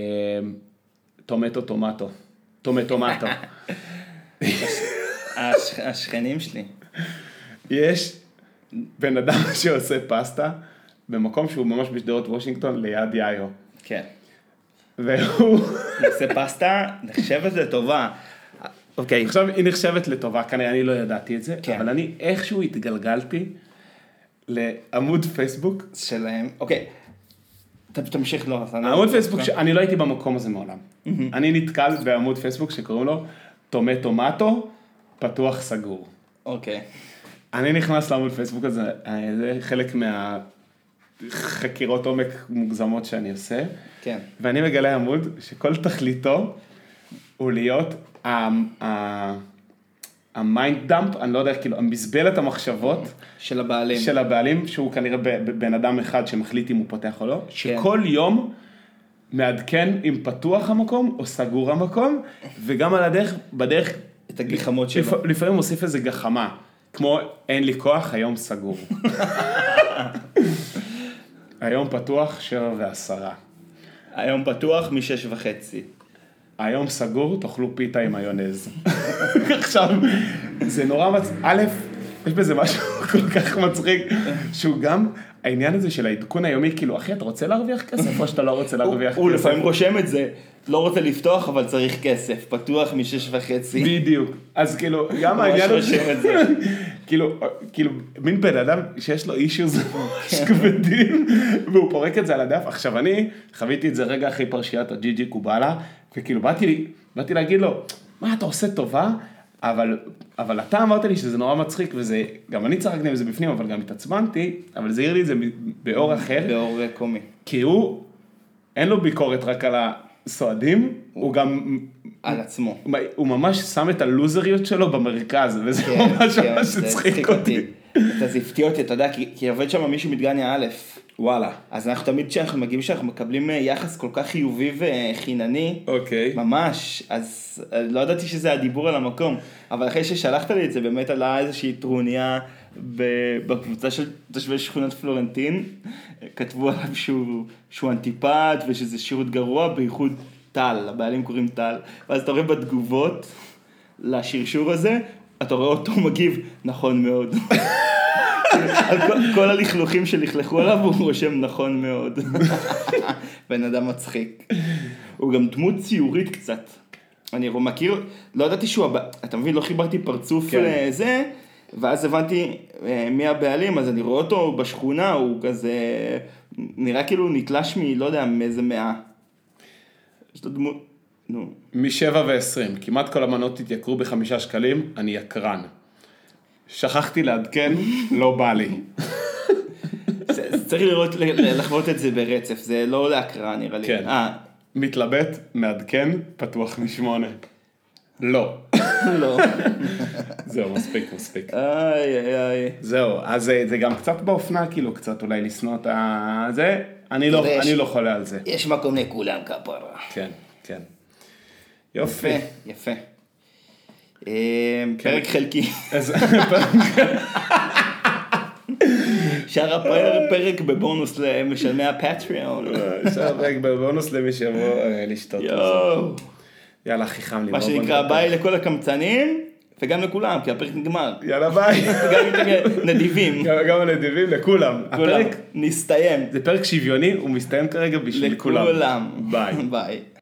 טומטו. השכנים שלי. יש בן אדם שעושה פסטה, במקום שהוא ממש בשדרות וושינגטון, ליד יאיו. כן. והוא... עושה פסטה, נחשבת לטובה. אוקיי. עכשיו היא נחשבת לטובה, כנראה אני לא ידעתי את זה, אבל אני איכשהו התגלגלתי לעמוד פייסבוק שלהם. אוקיי. תמשיך לו. עמוד פייסבוק, אני לא הייתי במקום הזה מעולם. אני נתקל בעמוד פייסבוק שקוראים לו טומטו, פתוח סגור. אוקיי. אני נכנס לעמוד פייסבוק הזה, זה חלק מהחקירות עומק מוגזמות שאני עושה. כן. ואני מגלה עמוד שכל תכליתו הוא להיות המיינד דאמפ, אני לא יודע, כאילו, המזבלת המחשבות של הבעלים, שהוא כנראה בן אדם אחד שמחליט אם הוא פותח או לא, שכל יום מעדכן אם פתוח המקום או סגור המקום, וגם על בדרך, את הגחמות שלו. לפעמים מוסיף איזה גחמה, כמו אין לי כוח, היום סגור. היום פתוח 7:10. היום פתוח מ6:30. היום סגור, תאכלו פיתה עם מיונז. עכשיו, זה נורא א', יש בזה משהו כל כך מצחיק, שהוא גם העניין הזה של העדכון היומי, כאילו, אחי, אתה רוצה להרוויח כסף או שאתה לא רוצה להרוויח כסף? הוא לפעמים רושם את זה, לא רוצה לפתוח, אבל צריך כסף, פתוח מ6:30. בדיוק. אז כאילו, גם העניין הזה, כאילו, מין בן אדם שיש לו אישוז כבדים, והוא פורק את זה על הדף. עכשיו, אני חוויתי את זה רגע אחרי פרשיית הג'י קובלה, וכאילו, באתי להגיד לו, מה, אתה עושה טובה? אבל אתה אמרת לי שזה נורא מצחיק, וזה, גם אני צחקתי עם זה בפנים, אבל גם התעצבנתי, אבל זה העיר לי את זה באור אחר. באור קומי. כי הוא, אין לו ביקורת רק על הסועדים, הוא גם... על עצמו. הוא ממש שם את הלוזריות שלו במרכז, וזה ממש הצחיק אותי. אתה זפתי אותי, אתה יודע, כי עובד שם מישהו מדגניה א', וואלה. אז אנחנו תמיד כשאנחנו מגיעים שאנחנו מקבלים יחס כל כך חיובי וחינני, אוקיי. ממש, אז לא ידעתי שזה הדיבור על המקום, אבל אחרי ששלחת לי את זה, באמת עלה איזושהי טרוניה בקבוצה של תושבי שכונת פלורנטין, כתבו עליו שהוא אנטיפט ושזה שירות גרוע, בייחוד טל, הבעלים קוראים טל, ואז אתה רואה בתגובות לשרשור הזה, אתה רואה אותו מגיב, נכון מאוד. על כל הלכלוכים שלכלכו עליו, הוא רושם נכון מאוד. בן אדם מצחיק. הוא גם דמות ציורית קצת. אני מכיר, לא ידעתי שהוא, אתה מבין, לא חיברתי פרצוף לזה, ואז הבנתי מי הבעלים, אז אני רואה אותו בשכונה, הוא כזה, נראה כאילו נתלש לא יודע, מאיזה 100. יש לו דמות, נו. מ7:20, כמעט כל המנות התייקרו ב5 שקלים, אני יקרן. שכחתי לעדכן, לא בא לי. צריך לחוות את זה ברצף, זה לא להקרא נראה לי. כן. מתלבט, מעדכן, פתוח מ8. לא. לא. זהו, מספיק. איי. זהו, אז זה גם קצת באופנה, כאילו, קצת אולי לסנוע את זה. אני לא חולה על זה. יש מקום לכולם כפרה. כן. יופי. יפה. פרק חלקי. שאר הפרק בבונוס למשלמי הפטריון. שאר הפרק בבונוס למי שיבוא לשתות. יאללה, הכי חם לי. מה שנקרא, ביי לכל הקמצנים, וגם לכולם, כי הפרק נגמר. יאללה, ביי. גם נדיבים. גם הנדיבים, לכולם. הפרק נסתיים. זה פרק שוויוני, הוא מסתיים כרגע בשביל כולם. לכולם. ביי. ביי.